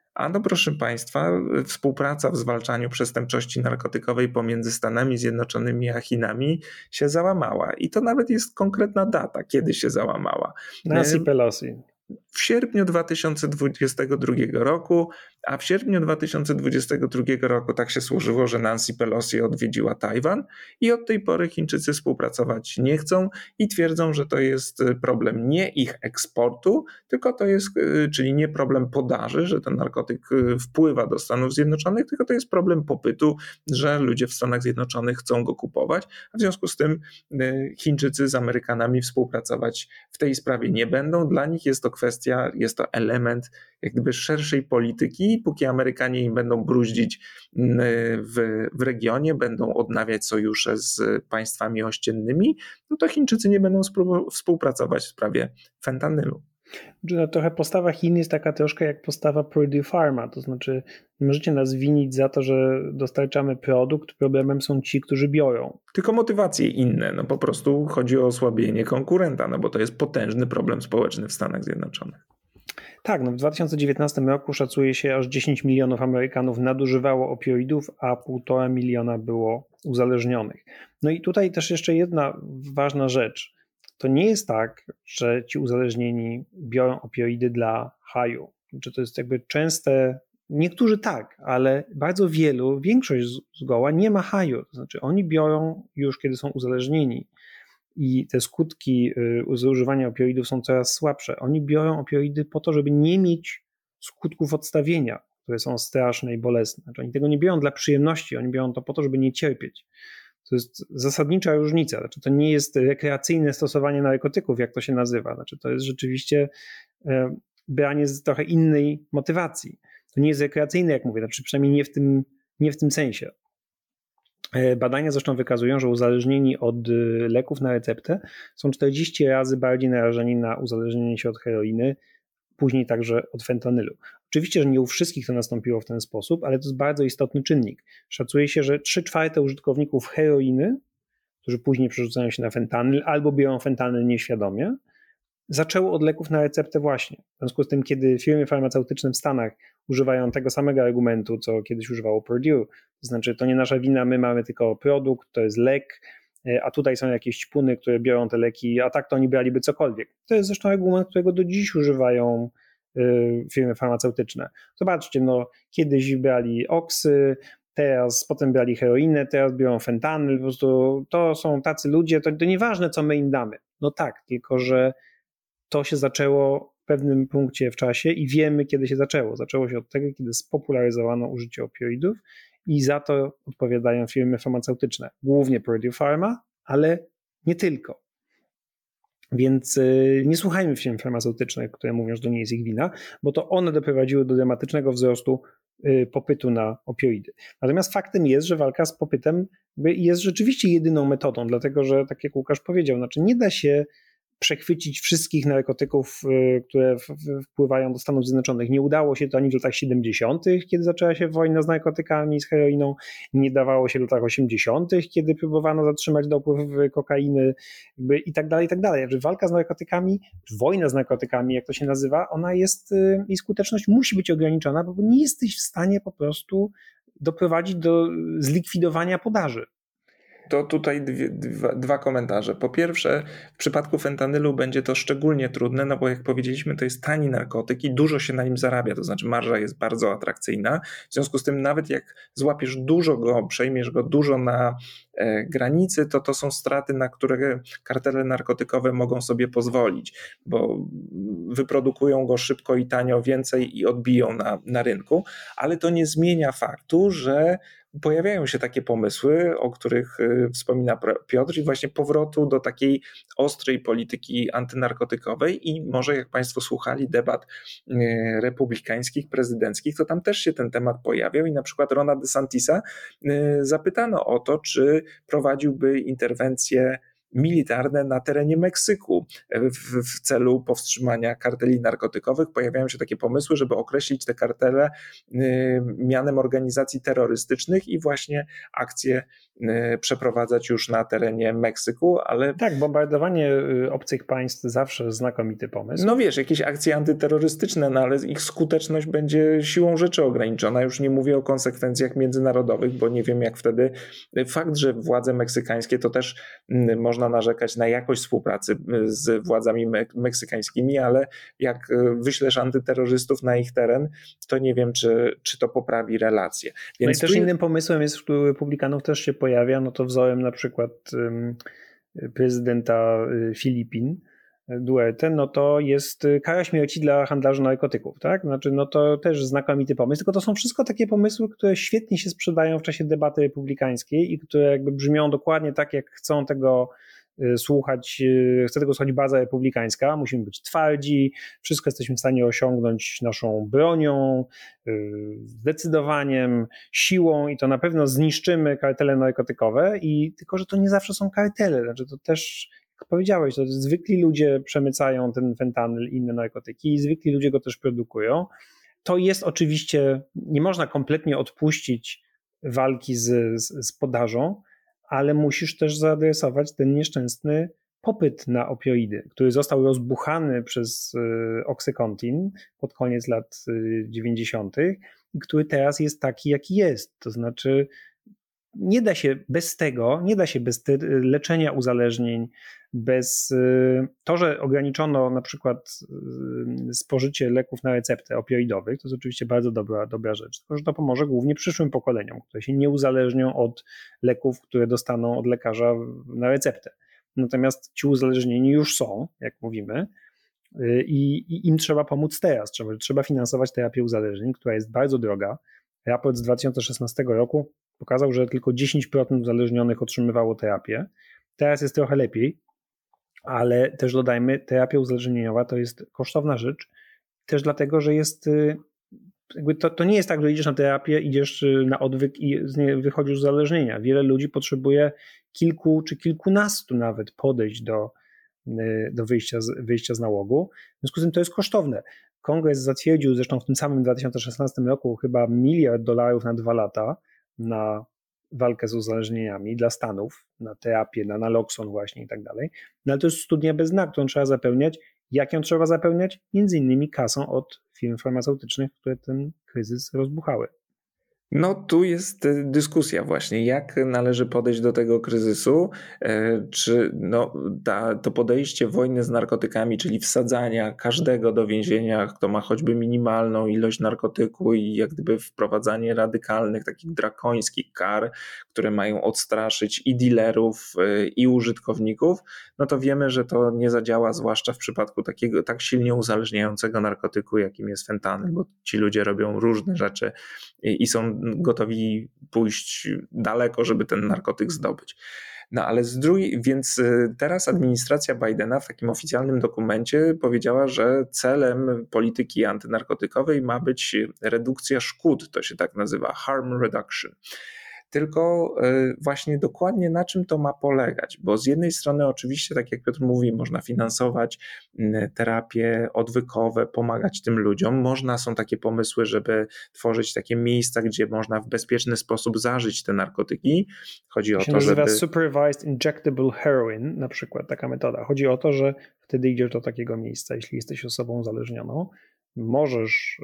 A no proszę Państwa, współpraca w zwalczaniu przestępczości narkotykowej pomiędzy Stanami Zjednoczonymi a Chinami się załamała. I to nawet jest konkretna data, kiedy się załamała. Nancy Pelosi. W sierpniu 2022 roku, a w sierpniu 2022 roku tak się złożyło, że Nancy Pelosi odwiedziła Tajwan i od tej pory Chińczycy współpracować nie chcą i twierdzą, że to jest problem nie ich eksportu, tylko to jest, czyli nie problem podaży, że ten narkotyk wpływa do Stanów Zjednoczonych, tylko to jest problem popytu, że ludzie w Stanach Zjednoczonych chcą go kupować, a w związku z tym Chińczycy z Amerykanami współpracować w tej sprawie nie będą. Dla nich jest to kwestia, jest to element jak gdyby szerszej polityki. Póki Amerykanie im będą bruździć w regionie, będą odnawiać sojusze z państwami ościennymi, no to Chińczycy nie będą współpracować w sprawie fentanylu. No, trochę postawa Chin jest taka troszkę jak postawa Purdue Pharma, to znaczy nie możecie nas winić za to, że dostarczamy produkt, problemem są ci, którzy biorą. Tylko motywacje inne, no po prostu chodzi o osłabienie konkurenta, no bo to jest potężny problem społeczny w Stanach Zjednoczonych. Tak, no w 2019 roku szacuje się, aż 10 milionów Amerykanów nadużywało opioidów, a 1,5 miliona było uzależnionych. No i tutaj też jeszcze jedna ważna rzecz. To nie jest tak, że ci uzależnieni biorą opioidy dla haju. Znaczy to jest jakby częste, niektórzy tak, ale bardzo wielu, większość zgoła nie ma haju. To znaczy oni biorą już, kiedy są uzależnieni i te skutki zużywania opioidów są coraz słabsze. Oni biorą opioidy po to, żeby nie mieć skutków odstawienia, które są straszne i bolesne. Znaczy oni tego nie biorą dla przyjemności, oni biorą to po to, żeby nie cierpieć. To jest zasadnicza różnica. Znaczy, to nie jest rekreacyjne stosowanie narkotyków, jak to się nazywa. Znaczy, to jest rzeczywiście branie z trochę innej motywacji. To nie jest rekreacyjne, jak mówię, znaczy przynajmniej nie w tym sensie. Badania zresztą wykazują, że uzależnieni od leków na receptę są 40 razy bardziej narażeni na uzależnienie się od heroiny, później także od fentanylu. Oczywiście, że nie u wszystkich to nastąpiło w ten sposób, ale to jest bardzo istotny czynnik. Szacuje się, że 3/4 użytkowników heroiny, którzy później przerzucają się na fentanyl albo biorą fentanyl nieświadomie, zaczęło od leków na receptę właśnie. W związku z tym, kiedy firmy farmaceutyczne w Stanach używają tego samego argumentu, co kiedyś używało Purdue, to znaczy to nie nasza wina, my mamy tylko produkt, to jest lek, a tutaj są jakieś ćpuny, które biorą te leki, a tak to oni braliby cokolwiek. To jest zresztą argument, którego do dziś używają firmy farmaceutyczne. Zobaczcie, no kiedyś brali oksy, potem brali heroinę, teraz biorą fentanyl, po prostu to są tacy ludzie, to nieważne, co my im damy. No tak, tylko że to się zaczęło w pewnym punkcie w czasie i wiemy, kiedy się zaczęło. Zaczęło się od tego, kiedy spopularyzowano użycie opioidów i za to odpowiadają firmy farmaceutyczne, głównie Purdue Pharma, ale nie tylko. Więc nie słuchajmy firm farmaceutycznych, które mówią, że to nie jest ich wina, bo to one doprowadziły do dramatycznego wzrostu popytu na opioidy. Natomiast faktem jest, że walka z popytem jest rzeczywiście jedyną metodą, dlatego że, tak jak Łukasz powiedział, znaczy nie da się przechwycić wszystkich narkotyków, które wpływają do Stanów Zjednoczonych. Nie udało się to ani w latach 70., kiedy zaczęła się wojna z narkotykami i z heroiną, nie dawało się w latach 80., kiedy próbowano zatrzymać dopływ kokainy i tak dalej, i tak dalej. Walka z narkotykami, wojna z narkotykami, jak to się nazywa, ona jest, jej skuteczność musi być ograniczona, bo nie jesteś w stanie po prostu doprowadzić do zlikwidowania podaży. To tutaj dwa komentarze. Po pierwsze, w przypadku fentanylu będzie to szczególnie trudne, no bo jak powiedzieliśmy, to jest tani narkotyk i dużo się na nim zarabia, to znaczy marża jest bardzo atrakcyjna. W związku z tym nawet jak złapiesz dużo go, przejmiesz go dużo na granicy, to są straty, na które kartele narkotykowe mogą sobie pozwolić, bo wyprodukują go szybko i tanio więcej i odbiją na rynku, ale to nie zmienia faktu, że pojawiają się takie pomysły, o których wspomina Piotr, i właśnie powrotu do takiej ostrej polityki antynarkotykowej i może jak Państwo słuchali debat republikańskich, prezydenckich, to tam też się ten temat pojawiał i na przykład Rona DeSantisa zapytano o to, czy prowadziłby interwencje militarne na terenie Meksyku w celu powstrzymania karteli narkotykowych. Pojawiają się takie pomysły, żeby określić te kartele mianem organizacji terrorystycznych i właśnie akcje przeprowadzać już na terenie Meksyku, ale... Tak, bombardowanie obcych państw zawsze znakomity pomysł. No wiesz, jakieś akcje antyterrorystyczne, no ale ich skuteczność będzie siłą rzeczy ograniczona. Już nie mówię o konsekwencjach międzynarodowych, bo nie wiem jak wtedy... Fakt, że władze meksykańskie, to też można narzekać na jakość współpracy z władzami meksykańskimi, ale jak wyślesz antyterrorystów na ich teren, to nie wiem, czy to poprawi relacje. Więc no i też innym pomysłem jest, który republikanów też się pojawia, no to wzorem na przykład prezydenta Filipin, Duerte, no to jest kara śmierci dla handlarzy narkotyków, tak? Znaczy, no to też znakomity pomysł, tylko to są wszystko takie pomysły, które świetnie się sprzedają w czasie debaty republikańskiej i które jakby brzmią dokładnie tak, jak chcą tego słuchać, chce tego słuchać baza republikańska, musimy być twardzi, wszystko jesteśmy w stanie osiągnąć naszą bronią, zdecydowaniem, siłą i to na pewno zniszczymy kartele narkotykowe i tylko, że to nie zawsze są kartele, znaczy to też, jak powiedziałeś, to zwykli ludzie przemycają ten fentanyl i inne narkotyki i zwykli ludzie go też produkują. To jest oczywiście, nie można kompletnie odpuścić walki z podażą, ale musisz też zaadresować ten nieszczęsny popyt na opioidy, który został rozbuchany przez Oxycontin pod koniec lat 90. i który teraz jest taki, jaki jest. To znaczy nie da się bez tego, nie da się bez leczenia uzależnień, bez to, że ograniczono na przykład spożycie leków na receptę opioidowych, to jest oczywiście bardzo dobra rzecz, tylko że to pomoże głównie przyszłym pokoleniom, które się nie uzależnią od leków, które dostaną od lekarza na receptę. Natomiast ci uzależnieni już są, jak mówimy, i im trzeba pomóc teraz. Trzeba finansować terapię uzależnień, która jest bardzo droga. Raport z 2016 roku pokazał, że tylko 10% uzależnionych otrzymywało terapię. Teraz jest trochę lepiej, ale też dodajmy, terapia uzależnieniowa to jest kosztowna rzecz, też dlatego, że jest, jakby to nie jest tak, że idziesz na terapię, idziesz na odwyk i wychodzisz z uzależnienia. Wiele ludzi potrzebuje kilku czy kilkunastu nawet podejść do wyjścia z nałogu. W związku z tym to jest kosztowne. Kongres zatwierdził zresztą w tym samym 2016 roku chyba $1 miliard na 2 lata na walkę z uzależnieniami dla Stanów, na terapię, na naloxon właśnie i tak dalej. No ale to jest studnia bez dna, którą trzeba zapełniać. Jak ją trzeba zapełniać? Między innymi kasą od firm farmaceutycznych, które ten kryzys rozbuchały. No tu jest dyskusja właśnie, jak należy podejść do tego kryzysu, czy to podejście wojny z narkotykami, czyli wsadzania każdego do więzienia, kto ma choćby minimalną ilość narkotyku i jak gdyby wprowadzanie radykalnych, takich drakońskich kar, które mają odstraszyć i dealerów, i użytkowników, no to wiemy, że to nie zadziała, zwłaszcza w przypadku takiego tak silnie uzależniającego narkotyku, jakim jest fentanyl, bo ci ludzie robią różne rzeczy i są gotowi pójść daleko, żeby ten narkotyk zdobyć. No ale więc teraz administracja Bidena w takim oficjalnym dokumencie powiedziała, że celem polityki antynarkotykowej ma być redukcja szkód, to się tak nazywa, harm reduction. Tylko właśnie dokładnie na czym to ma polegać, bo z jednej strony oczywiście, tak jak Piotr mówi, można finansować terapie odwykowe, pomagać tym ludziom, są takie pomysły, żeby tworzyć takie miejsca, gdzie można w bezpieczny sposób zażyć te narkotyki. Chodzi o to, żeby... Supervised Injectable Heroin, na przykład taka metoda. Chodzi o to, że wtedy idziesz do takiego miejsca, jeśli jesteś osobą uzależnioną, możesz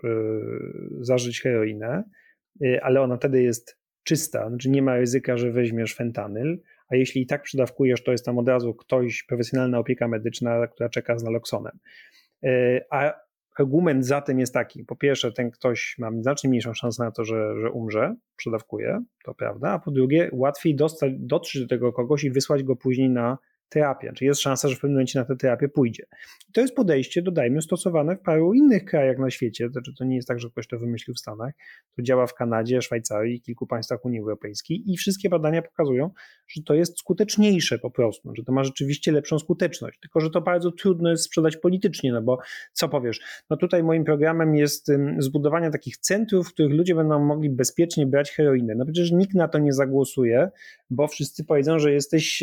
zażyć heroinę, ale ona wtedy jest czysta, znaczy nie ma ryzyka, że weźmiesz fentanyl, a jeśli i tak przydawkujesz, to jest tam od razu profesjonalna opieka medyczna, która czeka z naloksonem. A argument za tym jest taki, po pierwsze, ten ktoś ma znacznie mniejszą szansę na to, że umrze, przydawkuje, to prawda, a po drugie, łatwiej dotrzeć do tego kogoś i wysłać go później na terapię, czyli jest szansa, że w pewnym momencie na tę terapię pójdzie. I to jest podejście, dodajmy, stosowane w paru innych krajach na świecie, znaczy to nie jest tak, że ktoś to wymyślił w Stanach, to działa w Kanadzie, Szwajcarii i kilku państwach Unii Europejskiej i wszystkie badania pokazują, że to jest skuteczniejsze po prostu, że to ma rzeczywiście lepszą skuteczność, tylko że to bardzo trudno jest sprzedać politycznie, no bo co powiesz, no tutaj moim programem jest zbudowanie takich centrów, w których ludzie będą mogli bezpiecznie brać heroinę, no przecież nikt na to nie zagłosuje, bo wszyscy powiedzą, że jesteś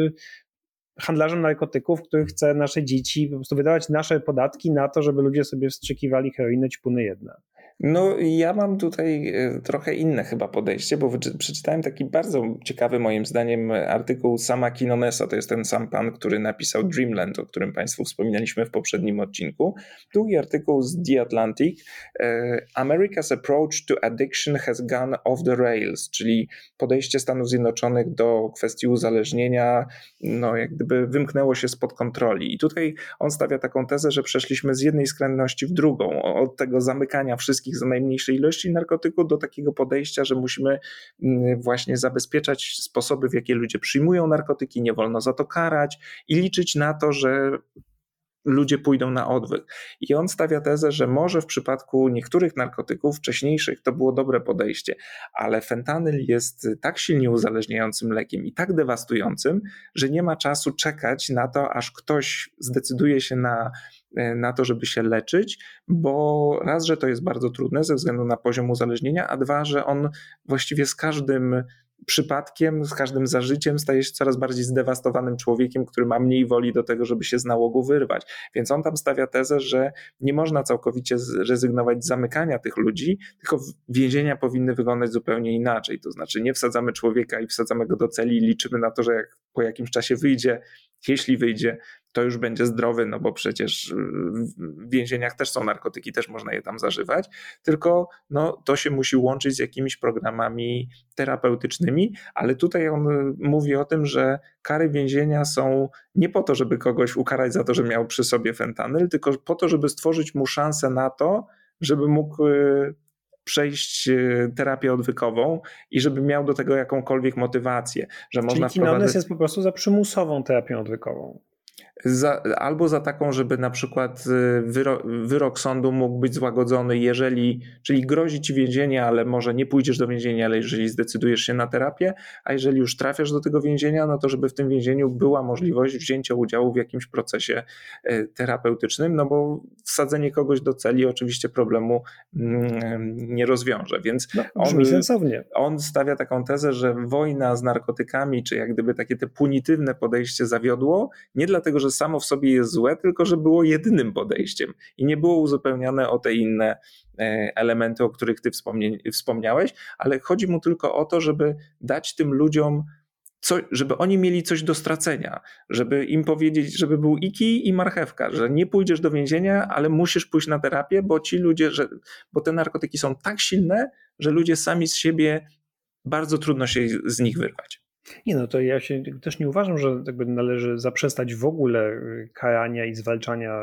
handlarzem narkotyków, który chce nasze dzieci po prostu wydawać nasze podatki na to, żeby ludzie sobie wstrzykiwali heroinę ćpuny jedna. No ja mam tutaj trochę inne chyba podejście, bo przeczytałem taki bardzo ciekawy moim zdaniem artykuł Sama Quinonesa, to jest ten sam pan, który napisał Dreamland, o którym Państwu wspominaliśmy w poprzednim odcinku. Długi artykuł z The Atlantic. America's approach to addiction has gone off the rails, czyli podejście Stanów Zjednoczonych do kwestii uzależnienia, no jak gdyby wymknęło się spod kontroli. I tutaj on stawia taką tezę, że przeszliśmy z jednej skrajności w drugą, od tego zamykania wszystkich za najmniejszej ilości narkotyku do takiego podejścia, że musimy właśnie zabezpieczać sposoby, w jakie ludzie przyjmują narkotyki, nie wolno za to karać i liczyć na to, że ludzie pójdą na odwyk. I on stawia tezę, że może w przypadku niektórych narkotyków wcześniejszych to było dobre podejście, ale fentanyl jest tak silnie uzależniającym lekiem i tak dewastującym, że nie ma czasu czekać na to, aż ktoś zdecyduje się na to, żeby się leczyć, bo raz, że to jest bardzo trudne ze względu na poziom uzależnienia, a dwa, że on właściwie z każdym przypadkiem, z każdym zażyciem staje się coraz bardziej zdewastowanym człowiekiem, który ma mniej woli do tego, żeby się z nałogu wyrwać. Więc on tam stawia tezę, że nie można całkowicie rezygnować z zamykania tych ludzi, tylko więzienia powinny wyglądać zupełnie inaczej. To znaczy nie wsadzamy człowieka i wsadzamy go do celi i liczymy na to, że jak po jakimś czasie wyjdzie, jeśli wyjdzie, to już będzie zdrowy, no bo przecież w więzieniach też są narkotyki, też można je tam zażywać, tylko no, to się musi łączyć z jakimiś programami terapeutycznymi, ale tutaj on mówi o tym, że kary więzienia są nie po to, żeby kogoś ukarać za to, że miał przy sobie fentanyl, tylko po to, żeby stworzyć mu szansę na to, żeby mógł przejść terapię odwykową i żeby miał do tego jakąkolwiek motywację. Że można Quinones jest po prostu za przymusową terapią odwykową. Albo za taką, żeby na przykład wyrok sądu mógł być złagodzony, czyli grozi ci więzienie, ale może nie pójdziesz do więzienia, ale jeżeli zdecydujesz się na terapię, a jeżeli już trafiasz do tego więzienia, no to żeby w tym więzieniu była możliwość wzięcia udziału w jakimś procesie terapeutycznym, no bo wsadzenie kogoś do celi oczywiście problemu nie rozwiąże, więc brzmi sensownie. On stawia taką tezę, że wojna z narkotykami, czy jak gdyby takie te punitywne podejście zawiodło, nie dlatego, że samo w sobie jest złe, tylko że było jedynym podejściem i nie było uzupełniane o te inne elementy, o których ty wspomniałeś, ale chodzi mu tylko o to, żeby dać tym ludziom żeby oni mieli coś do stracenia, żeby im powiedzieć, żeby był i kij, i marchewka, że nie pójdziesz do więzienia, ale musisz pójść na terapię, bo ci ludzie, bo te narkotyki są tak silne, że ludzie sami z siebie bardzo trudno się z nich wyrwać. Nie, no to ja się też nie uważam, że jakby należy zaprzestać w ogóle karania i zwalczania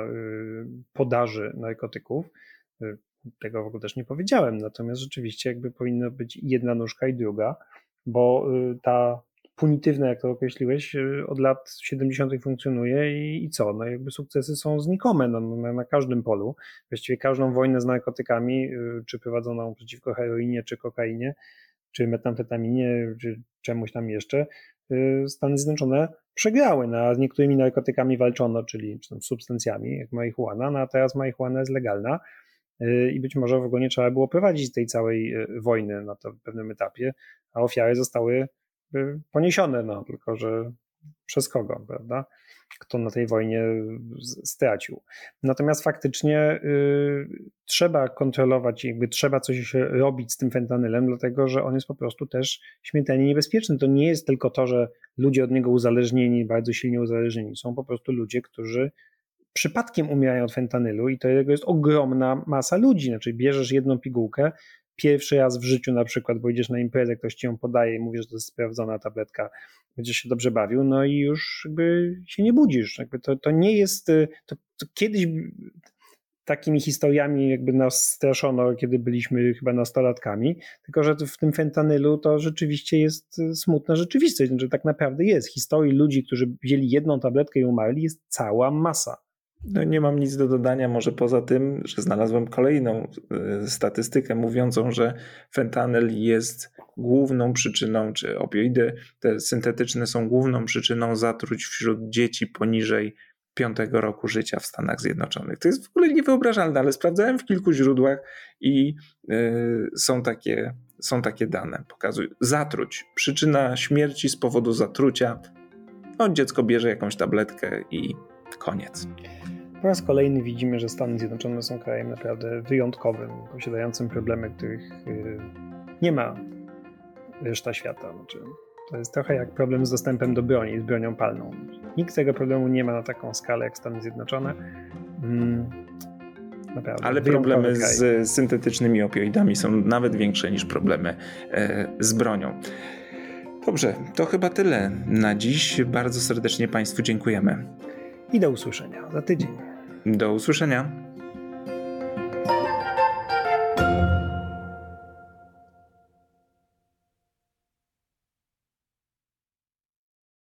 podaży narkotyków. Tego w ogóle też nie powiedziałem, natomiast rzeczywiście jakby powinno być jedna nóżka i druga, bo ta punitywna, jak to określiłeś, od lat 70. funkcjonuje i co? No jakby sukcesy są znikome na każdym polu. Właściwie każdą wojnę z narkotykami, czy prowadzoną przeciwko heroinie, czy kokainie, czy metamfetaminie, czy czemuś tam jeszcze, Stany Zjednoczone przegrały. Z niektórymi narkotykami walczono, czyli substancjami, jak marihuana, no a teraz marihuana jest legalna i być może w ogóle nie trzeba było prowadzić tej całej wojny na to w pewnym etapie, a ofiary zostały poniesione, no tylko że przez kogo, prawda? Kto na tej wojnie stracił. Natomiast faktycznie trzeba kontrolować, jakby trzeba coś robić z tym fentanylem, dlatego że on jest po prostu też śmiertelnie niebezpieczny. To nie jest tylko to, że ludzie od niego uzależnieni, bardzo silnie uzależnieni, są po prostu ludzie, którzy przypadkiem umierają od fentanylu i to jest ogromna masa ludzi. Znaczy bierzesz jedną pigułkę, pierwszy raz w życiu na przykład, bo idziesz na imprezę, ktoś ci ją podaje i mówisz, że to jest sprawdzona tabletka, będziesz się dobrze bawił, no i już jakby się nie budzisz. Jakby to nie jest, to kiedyś takimi historiami jakby nas straszono, kiedy byliśmy chyba nastolatkami, tylko że w tym fentanylu to rzeczywiście jest smutna rzeczywistość, że tak naprawdę jest. Historii ludzi, którzy wzięli jedną tabletkę i umarli, jest cała masa. No nie mam nic do dodania, może poza tym, że znalazłem kolejną statystykę mówiącą, że fentanyl jest główną przyczyną, czy opioidy te syntetyczne są główną przyczyną zatruć wśród dzieci poniżej 5 roku życia w Stanach Zjednoczonych. To jest w ogóle niewyobrażalne, ale sprawdzałem w kilku źródłach i są takie dane. Pokazują zatruć. Przyczyna śmierci z powodu zatrucia. No, dziecko bierze jakąś tabletkę i koniec. Po raz kolejny widzimy, że Stany Zjednoczone są krajem naprawdę wyjątkowym, posiadającym problemy, których nie ma reszta świata. Znaczy, to jest trochę jak problem z dostępem do broni, z bronią palną. Nikt tego problemu nie ma na taką skalę jak Stany Zjednoczone. Naprawdę, ale problemy z syntetycznymi opioidami są nawet większe niż problemy z bronią. Dobrze, to chyba tyle na dziś. Bardzo serdecznie Państwu dziękujemy. I do usłyszenia za tydzień. Do usłyszenia.